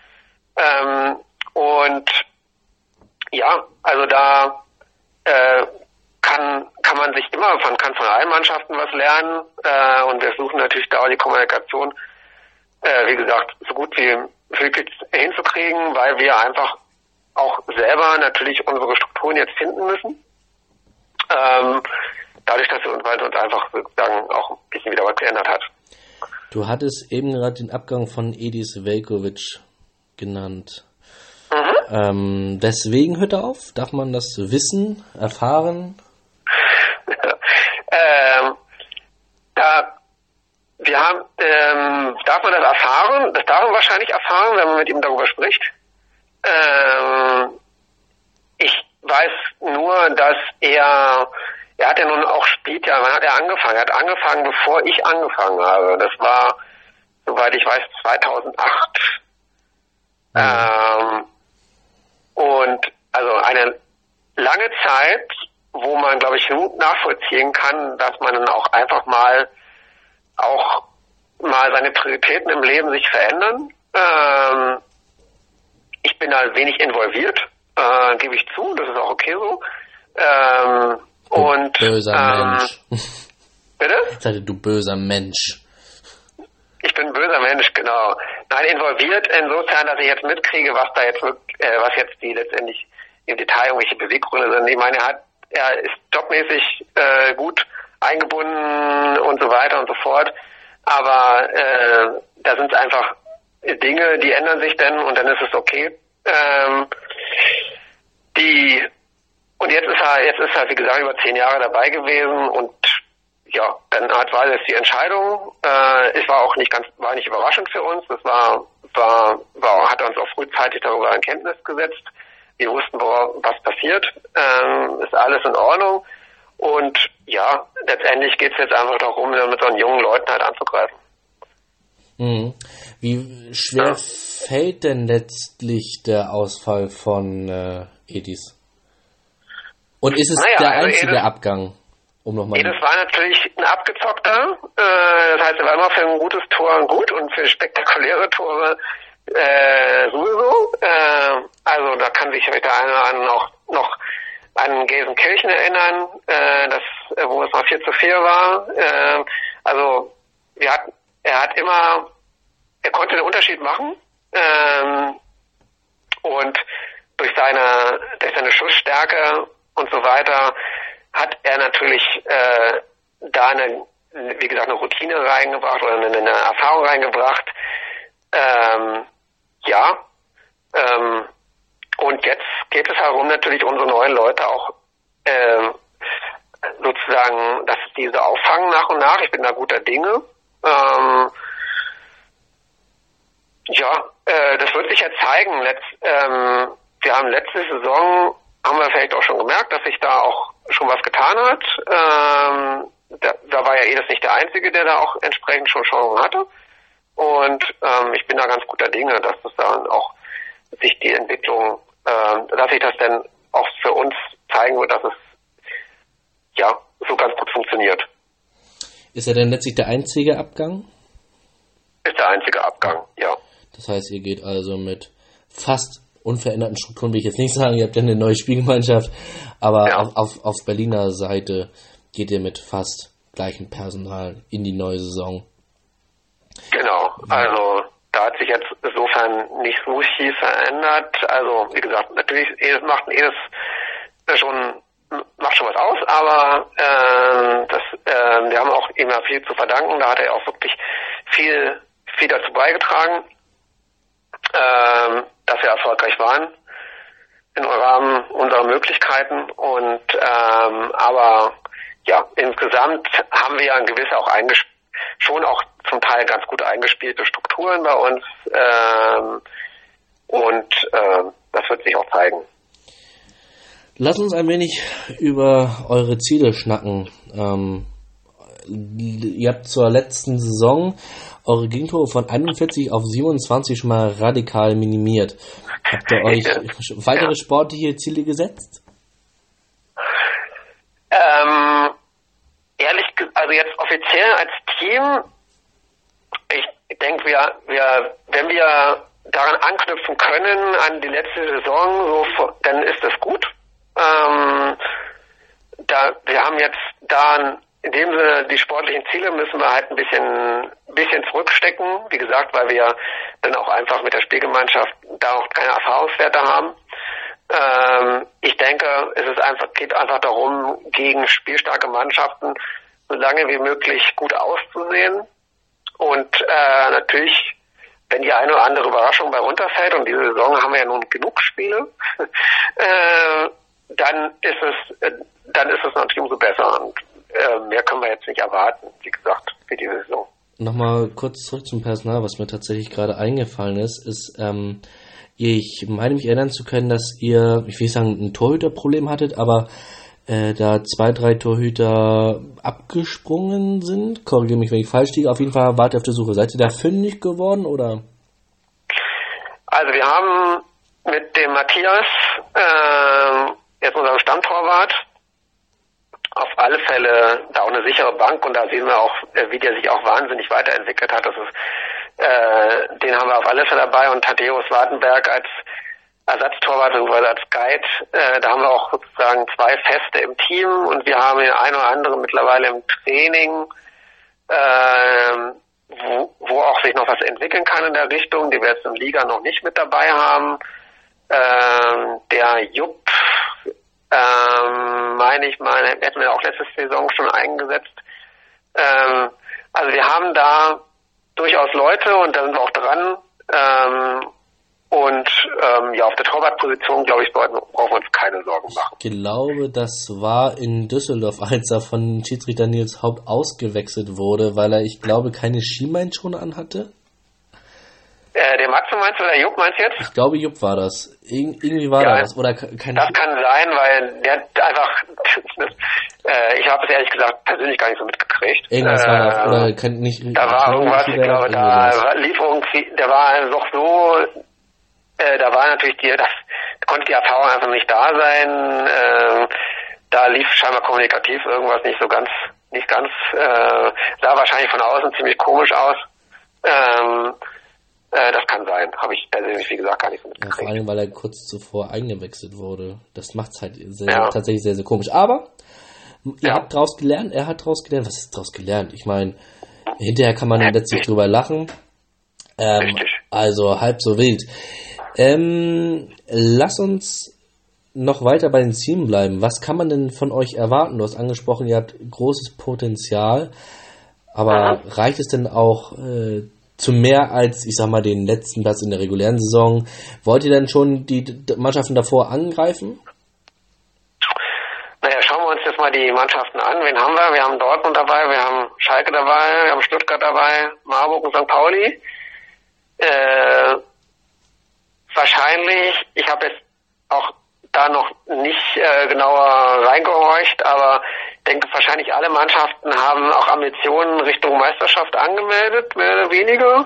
Speaker 3: Also da kann man sich immer kann von allen Mannschaften was lernen. Und wir suchen natürlich da auch die Kommunikation, wie gesagt, so gut wie möglich hinzukriegen, weil wir einfach auch selber natürlich unsere Strukturen jetzt finden müssen. Dadurch, dass weil uns einfach sozusagen auch ein bisschen wieder was geändert hat.
Speaker 2: Du hattest eben gerade den Abgang von Edis Veljković genannt. Weswegen hört er auf? Darf man das wissen, erfahren? Darf man das erfahren? Das darf man wahrscheinlich erfahren, wenn man mit ihm darüber spricht. Ich weiß nur, dass er hat ja nun auch wann hat er angefangen? Er hat angefangen, bevor ich angefangen habe. Das war, soweit ich weiß, 2008. Und also eine lange Zeit, wo man, glaube ich, gut nachvollziehen kann, dass man dann auch einfach mal seine Prioritäten im Leben sich verändern. Ich bin da wenig involviert, gebe ich zu, das ist auch okay so. Du böser Mensch.
Speaker 3: Bitte?
Speaker 2: Ich sagte, du böser Mensch.
Speaker 3: Ich bin ein böser Mensch, genau. Nein, involviert insofern, dass ich jetzt mitkriege, was jetzt die letztendlich im Detail irgendwelche Beweggründe sind. Ich meine, er hat er ist jobmäßig gut eingebunden und so weiter und so fort. Aber da sind einfach Dinge, die ändern sich dann und dann ist es okay. Und jetzt ist er, wie gesagt, über 10 Jahre dabei gewesen und ja, dann war das die Entscheidung. Es war auch nicht überraschend für uns. Das hat uns auch frühzeitig darüber in Kenntnis gesetzt. Wir wussten, was passiert. Ist alles in Ordnung. Und ja, letztendlich geht es jetzt einfach darum, mit so jungen Leuten halt anzugreifen.
Speaker 2: Mhm. Wie schwer fällt denn letztlich der Ausfall von Edis? Und ist es der einzige Abgang?
Speaker 3: Das war natürlich ein abgezockter. Das heißt, er war immer für ein gutes Tor gut und für spektakuläre Tore sowieso. Also da kann sich der eine oder andere noch an Gelsenkirchen erinnern, wo es mal 4:4 war. Also er konnte den Unterschied machen. Und durch seine Schussstärke und so weiter hat er natürlich da eine Routine reingebracht oder eine Erfahrung reingebracht. Und jetzt geht es darum, natürlich unsere neuen Leute auch sozusagen, dass diese auffangen nach und nach. Ich bin da guter Dinge. Das wird sich ja zeigen. Wir haben letzte Saison, haben wir vielleicht auch schon gemerkt, dass sich da auch schon was getan hat. Da war ja Edis nicht der Einzige, der da auch entsprechend schon Chancen hatte. Und ich bin da ganz guter Dinge, dass das dann auch sich die Entwicklung, dass sich das dann auch für uns zeigen wird, dass es so ganz gut funktioniert.
Speaker 2: Ist er denn letztlich der einzige Abgang?
Speaker 3: Ist der einzige Abgang, ja.
Speaker 2: Das heißt, ihr geht also mit fast unveränderten Strukturen, will ich jetzt nicht sagen, ihr habt ja eine neue Spielgemeinschaft, aber auf Berliner Seite geht ihr mit fast gleichem Personal in die neue Saison.
Speaker 3: Genau, also da hat sich jetzt insofern nicht so viel verändert. Also wie gesagt, natürlich macht schon was aus, aber wir haben auch ihm ja viel zu verdanken. Da hat er auch wirklich viel dazu beigetragen, dass wir erfolgreich waren im Rahmen unserer Möglichkeiten. Und aber ja, insgesamt haben wir ja gewisse auch schon auch zum Teil ganz gut eingespielte Strukturen bei uns und das wird sich auch zeigen.
Speaker 2: Lass uns ein wenig über eure Ziele schnacken. Ihr habt zur letzten Saison eure Gegentore von 41 auf 27 schon mal radikal minimiert. Habt ihr euch weitere sportliche Ziele gesetzt?
Speaker 3: Also jetzt offiziell als Team, ich denke, wenn wir daran anknüpfen können an die letzte Saison, dann ist das gut. Wir haben jetzt da in dem Sinne die sportlichen Ziele müssen wir halt ein bisschen zurückstecken, wie gesagt, weil wir dann auch einfach mit der Spielgemeinschaft da auch keine Erfahrungswerte haben. Ich denke, geht einfach darum, gegen spielstarke Mannschaften so lange wie möglich gut auszusehen und natürlich, wenn die eine oder andere Überraschung bei runterfällt, und diese Saison haben wir ja nun genug Spiele, dann ist es natürlich umso besser und mehr können wir jetzt nicht erwarten, wie gesagt, für diese Saison.
Speaker 2: Nochmal kurz zurück zum Personal, was mir tatsächlich gerade eingefallen ist, ich meine mich erinnern zu können, dass ihr, ich will nicht sagen, ein Torhüterproblem hattet, aber da 2, 3 Torhüter abgesprungen sind. Korrigiere mich, wenn ich falsch liege. Auf jeden Fall wart ihr auf der Suche. Seid ihr da fündig geworden, oder?
Speaker 3: Also wir haben mit dem Matthias, jetzt unserem Stammtorwart, auf alle Fälle da auch eine sichere Bank, und da sehen wir auch, wie der sich auch wahnsinnig weiterentwickelt hat. Den haben wir auf alle Fälle dabei, und Tadeusz Wartenberg als Ersatztorwart bzw. als Guide, da haben wir auch sozusagen 2 Feste im Team, und wir haben den einen oder anderen mittlerweile im Training, wo auch sich noch was entwickeln kann in der Richtung, die wir jetzt in der Liga noch nicht mit dabei haben. Der Jupp meine ich mal, hätten wir auch letzte Saison schon eingesetzt. Also wir haben da durchaus Leute und da sind wir auch dran. Auf der Torwartposition, glaube ich, brauchen wir uns keine Sorgen machen.
Speaker 2: Ich glaube, das war in Düsseldorf, als er von Schiedsrichter Nils Haupt ausgewechselt wurde, weil er, ich glaube, keine Schienbeinschoner anhatte.
Speaker 3: Der Matze meinst du oder Jupp meinst du jetzt?
Speaker 2: Ich glaube, Jupp war das. Irgendwie war das. Oder keine.
Speaker 3: Das kann sein, weil der hat einfach, ich habe es ehrlich gesagt persönlich gar nicht so mitgekriegt.
Speaker 2: Irgendwas war da, oder nicht.
Speaker 3: Da war irgendwas, ich glaube, da lief irgendwie, der war doch so, da war natürlich da konnte die Erfahrung einfach nicht da sein, da lief scheinbar kommunikativ irgendwas nicht ganz, sah wahrscheinlich von außen ziemlich komisch aus, das kann sein, habe ich persönlich, wie gesagt, gar nicht so mitgekriegt.
Speaker 2: Ja, vor allem, weil er kurz zuvor eingewechselt wurde. Das macht es halt tatsächlich sehr, sehr komisch. Aber ihr habt draus gelernt, er hat draus gelernt. Was ist draus gelernt? Ich meine, hinterher kann man letztlich drüber lachen. Also halb so wild. Lass uns noch weiter bei den Zielen bleiben. Was kann man denn von euch erwarten? Du hast angesprochen, ihr habt großes Potenzial. Aber reicht es denn auch zu mehr als, ich sag mal, den letzten Platz in der regulären Saison? Wollt ihr denn schon die Mannschaften davor angreifen?
Speaker 3: Naja, schauen wir uns jetzt mal die Mannschaften an. Wen haben wir? Wir haben Dortmund dabei, wir haben Schalke dabei, wir haben Stuttgart dabei, Marburg und St. Pauli. Wahrscheinlich, ich habe jetzt auch da noch nicht genauer reingehorcht, aber ich denke, wahrscheinlich alle Mannschaften haben auch Ambitionen Richtung Meisterschaft angemeldet, mehr oder weniger.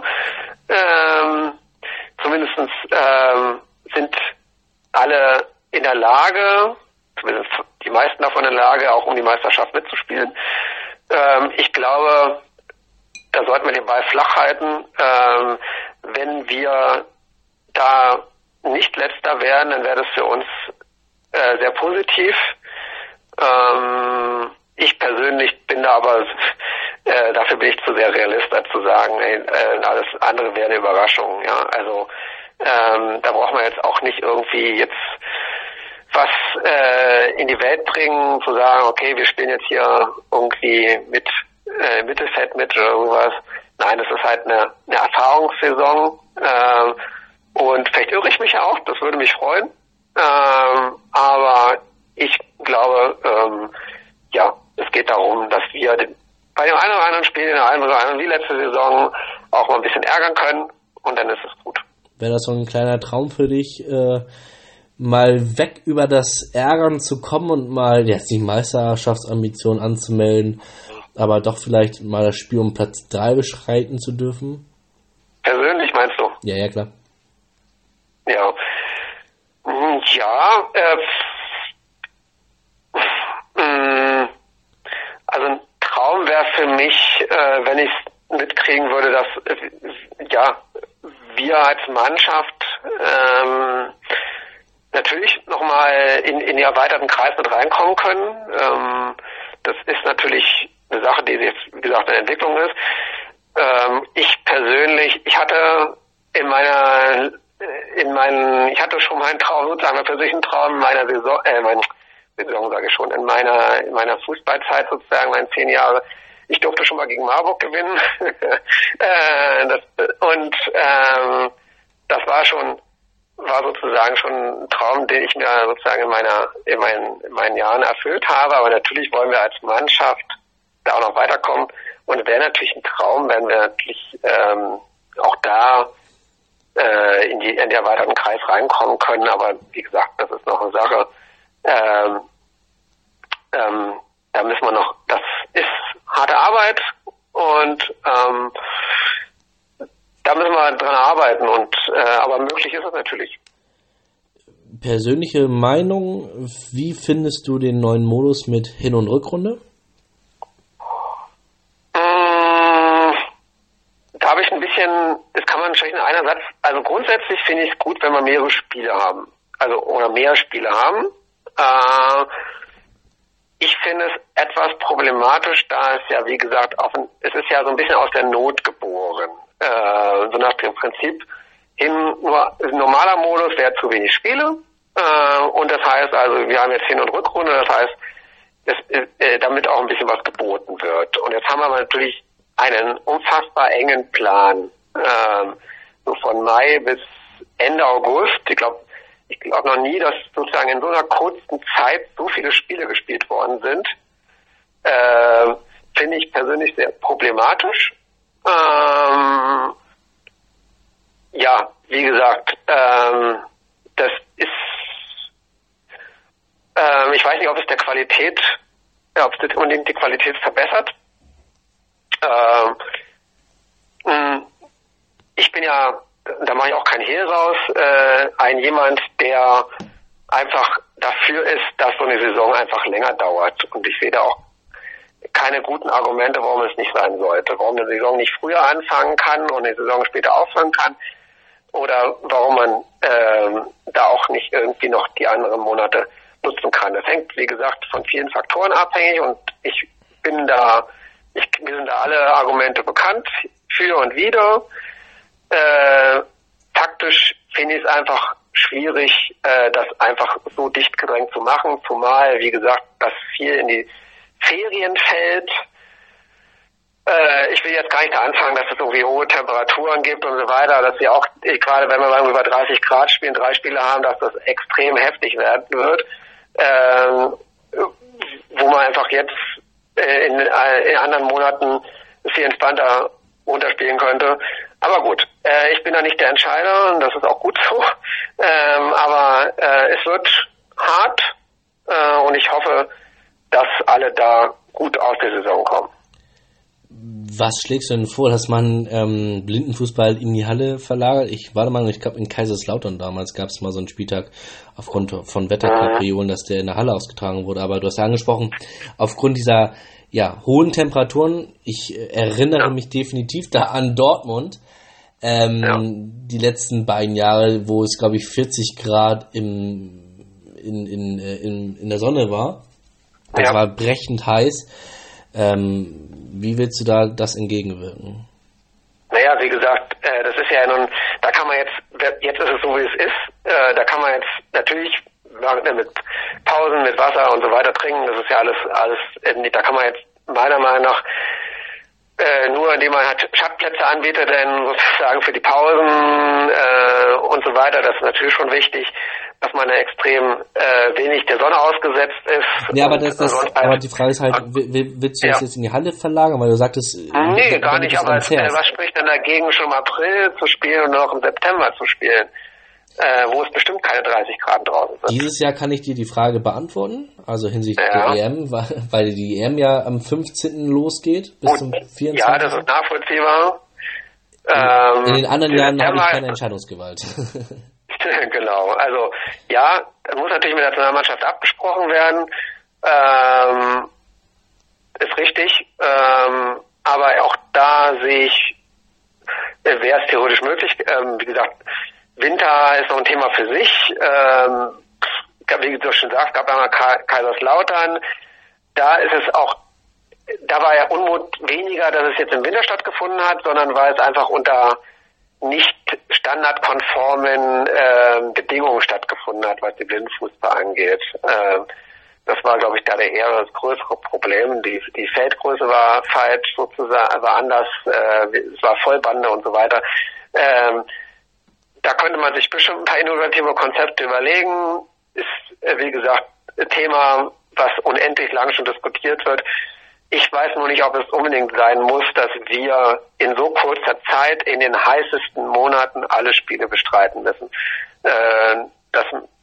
Speaker 3: Zumindest sind alle in der Lage, zumindest die meisten davon in der Lage, auch um die Meisterschaft mitzuspielen. Ich glaube, da sollten wir den Ball flach halten. Wenn wir da nicht Letzter werden, dann wäre das für uns sehr positiv. Ich persönlich bin da aber, dafür bin ich zu sehr Realist, als zu sagen, alles andere wäre eine Überraschung. Ja, also da braucht man jetzt auch nicht irgendwie jetzt was in die Welt bringen, zu sagen, okay, wir spielen jetzt hier irgendwie mit Mittelfeld mit oder irgendwas. Nein, das ist halt eine Erfahrungssaison. Und vielleicht irre ich mich ja auch, das würde mich freuen. Aber ich glaube, es geht darum, dass wir bei dem einen oder anderen Spiel, in der einen oder anderen wie letzte Saison, auch mal ein bisschen ärgern können und dann ist es gut.
Speaker 2: Wäre das so ein kleiner Traum für dich, mal weg über das Ärgern zu kommen und mal jetzt die Meisterschaftsambition anzumelden, aber doch vielleicht mal das Spiel um Platz 3 beschreiten zu dürfen?
Speaker 3: Persönlich meinst du?
Speaker 2: Ja, klar.
Speaker 3: Ja. Also ein Traum wäre für mich, wenn ich es mitkriegen würde, dass wir als Mannschaft natürlich nochmal in den erweiterten Kreis mit reinkommen können. Das ist natürlich eine Sache, die jetzt, wie gesagt, in Entwicklung ist. Ich persönlich, ich hatte ich hatte schon meinen Traum, sozusagen meinen persönlichen Traum in meiner Saison, in meiner Fußballzeit sozusagen, meine 10 Jahre. Ich durfte schon mal gegen Marburg gewinnen. Das war sozusagen schon ein Traum, den ich mir sozusagen in meinen Jahren erfüllt habe. Aber natürlich wollen wir als Mannschaft da auch noch weiterkommen. Und es wäre natürlich ein Traum, wenn wir natürlich auch da in den erweiterten Kreis reinkommen können. Aber wie gesagt, das ist noch eine Sache. Da müssen wir noch, das ist harte Arbeit und da müssen wir dran arbeiten aber möglich ist es natürlich.
Speaker 2: Persönliche Meinung, wie findest du den neuen Modus mit Hin- und Rückrunde?
Speaker 3: Da habe ich ein bisschen, das kann man wahrscheinlich in einer Satz, also grundsätzlich finde ich es gut, wenn wir mehrere Spiele haben. Oder mehr Spiele haben. Ich finde es etwas problematisch, da es ja, wie gesagt, es ist ja so ein bisschen aus der Not geboren. So nach dem Prinzip, nur normaler Modus wäre zu wenig Spiele. Und das heißt also, wir haben jetzt Hin- und Rückrunde, das heißt, damit auch ein bisschen was geboten wird. Und jetzt haben wir natürlich einen unfassbar engen Plan, so von Mai bis Ende August. Ich glaube noch nie, dass sozusagen in so einer kurzen Zeit so viele Spiele gespielt worden sind. Finde ich persönlich sehr problematisch. Ja, wie gesagt, das ist, ich weiß nicht, ob es unbedingt die Qualität verbessert. Ich bin ja, da mache ich auch kein Hehl raus, jemand, der einfach dafür ist, dass so eine Saison einfach länger dauert. Und ich sehe da auch keine guten Argumente, warum es nicht sein sollte. Warum eine Saison nicht früher anfangen kann und eine Saison später aufhören kann. Oder warum man da auch nicht irgendwie noch die anderen Monate nutzen kann. Das hängt, wie gesagt, von vielen Faktoren abhängig und mir sind da alle Argumente bekannt, für und wider. Taktisch finde ich es einfach schwierig, das einfach so dicht gedrängt zu machen, zumal, wie gesagt, das viel in die Ferien fällt. Ich will jetzt gar nicht anfangen, dass es irgendwie hohe Temperaturen gibt und so weiter, dass wir auch, gerade wenn wir über 30 Grad spielen, 3 Spiele haben, dass das extrem heftig werden wird, wo man einfach jetzt in anderen Monaten viel entspannter runterspielen könnte. Aber gut, ich bin da nicht der Entscheider und das ist auch gut so. Aber es wird hart und ich hoffe, dass alle da gut aus der Saison kommen.
Speaker 2: Was schlägst du denn vor, dass man Blindenfußball in die Halle verlagert? Ich glaube in Kaiserslautern damals gab es mal so einen Spieltag aufgrund von Wetterkapriolen, dass der in der Halle ausgetragen wurde. Aber du hast ja angesprochen, aufgrund dieser hohen Temperaturen, ich erinnere mich definitiv da an Dortmund, die letzten beiden Jahre, wo es, glaube ich, 40 Grad in der Sonne war. Das war brechend heiß. Wie willst du da das entgegenwirken?
Speaker 3: Naja, wie gesagt, das ist ja nun, da kann man jetzt ist es so, wie es ist, da kann man jetzt natürlich mit Pausen, mit Wasser und so weiter trinken, das ist ja alles, da kann man jetzt meiner Meinung nach nur indem man halt Schattplätze anbietet, denn sozusagen für die Pausen und so weiter, das ist natürlich schon wichtig, dass man extrem wenig der Sonne ausgesetzt ist.
Speaker 2: Ja, aber aber die Frage ist halt, willst du das jetzt in die Halle verlagern, weil du sagtest...
Speaker 3: Nee, gar nicht, aber was spricht denn dagegen, schon im April zu spielen und noch im September zu spielen? Wo es bestimmt keine 30 Grad draußen sind.
Speaker 2: Dieses Jahr kann ich dir die Frage beantworten, also hinsichtlich der EM, weil die EM ja am 15. losgeht, bis zum 24.
Speaker 3: Ja, das ist nachvollziehbar.
Speaker 2: In den anderen Jahren habe ich keine Entscheidungsgewalt.
Speaker 3: Genau, also ja, das muss natürlich mit der Nationalmannschaft abgesprochen werden, ist richtig, aber auch da sehe ich, wäre es theoretisch möglich, wie gesagt, Winter ist noch ein Thema für sich. Wie du schon sagst, gab einmal Kaiserslautern. Da war ja Unmut weniger, dass es jetzt im Winter stattgefunden hat, sondern weil es einfach unter nicht standardkonformen Bedingungen stattgefunden hat, was die Blindenfußball angeht. Das war, glaube ich, da eher das größere Problem. Die Feldgröße war falsch, sozusagen, war anders, es war Vollbande und so weiter. Da könnte man sich bestimmt ein paar innovative Konzepte überlegen. Ist, wie gesagt, ein Thema, was unendlich lang schon diskutiert wird. Ich weiß nur nicht, ob es unbedingt sein muss, dass wir in so kurzer Zeit in den heißesten Monaten alle Spiele bestreiten müssen. Da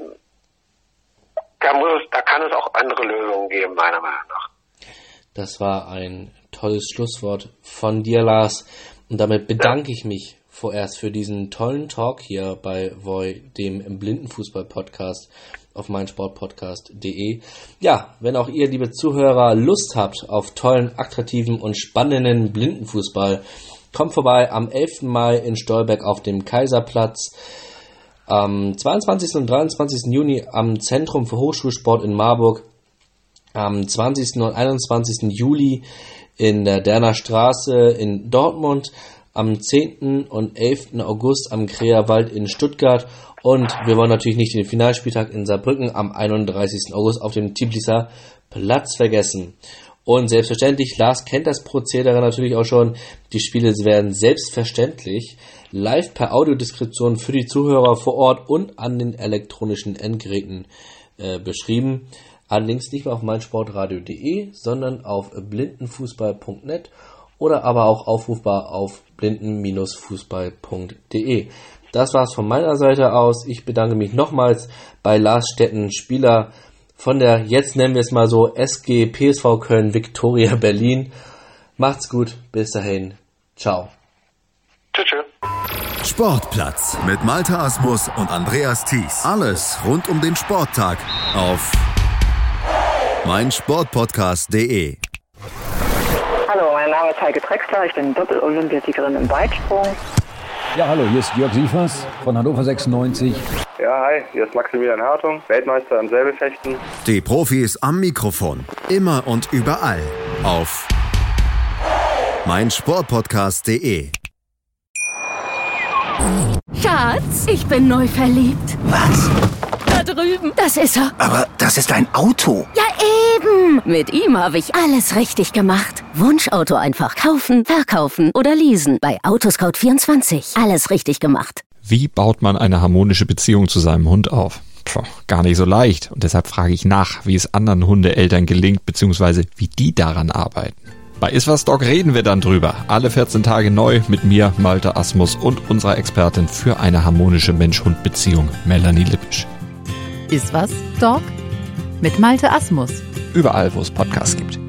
Speaker 3: kann es auch andere Lösungen geben, meiner Meinung nach.
Speaker 2: Das war ein tolles Schlusswort von dir, Lars. Und damit bedanke ich mich vorerst für diesen tollen Talk hier bei Voi, dem Blindenfußball-Podcast auf meinsportpodcast.de. Ja, wenn auch ihr, liebe Zuhörer, Lust habt auf tollen, attraktiven und spannenden Blindenfußball, kommt vorbei am 11. Mai in Stolberg auf dem Kaiserplatz, am 22. und 23. Juni am Zentrum für Hochschulsport in Marburg, am 20. und 21. Juli in der Derner Straße in Dortmund, am 10. und 11. August am Kreerwald in Stuttgart. Und wir wollen natürlich nicht den Finalspieltag in Saarbrücken am 31. August auf dem Tbilisi Platz vergessen. Und selbstverständlich, Lars kennt das Prozedere natürlich auch schon. Die Spiele werden selbstverständlich live per Audiodeskription für die Zuhörer vor Ort und an den elektronischen Endgeräten beschrieben. Allerdings nicht mehr auf meinsportradio.de, sondern auf blindenfußball.net oder aber auch aufrufbar auf blinden-fußball.de. Das war's von meiner Seite aus. Ich bedanke mich nochmals bei Lars Stetten, Spieler von der, jetzt nennen wir es mal so, SG PSV Köln Viktoria Berlin. Macht's gut, bis dahin. Ciao.
Speaker 3: Tschüss.
Speaker 1: Sportplatz mit Malte Asmus und Andreas Thies. Alles rund um den Sporttag auf meinsportpodcast.de.
Speaker 8: Hallo, mein Name ist Heike Drexler, ich bin Doppel-Olympiasiegerin im Weitsprung.
Speaker 9: Ja, hallo, hier ist Jörg Sievers von Hannover 96.
Speaker 10: Ja, hi, hier ist Maximilian Hartung, Weltmeister im Säbelfechten.
Speaker 1: Die Profis am Mikrofon, immer und überall auf meinsportpodcast.de.
Speaker 4: Schatz, ich bin neu verliebt.
Speaker 5: Was?
Speaker 4: Da drüben. Das ist er.
Speaker 5: Aber das ist ein Auto.
Speaker 4: Ja, eben. Mit ihm habe ich alles richtig gemacht. Wunschauto einfach kaufen, verkaufen oder leasen. Bei Autoscout24. Alles richtig gemacht.
Speaker 6: Wie baut man eine harmonische Beziehung zu seinem Hund auf? Gar nicht so leicht. Und deshalb frage ich nach, wie es anderen Hundeeltern gelingt, beziehungsweise wie die daran arbeiten. Bei Iswas Dog reden wir dann drüber. Alle 14 Tage neu mit mir, Malte Asmus und unserer Expertin für eine harmonische Mensch-Hund-Beziehung, Melanie Lippisch.
Speaker 11: Iswas Dog mit Malte Asmus.
Speaker 6: Überall, wo es Podcasts gibt.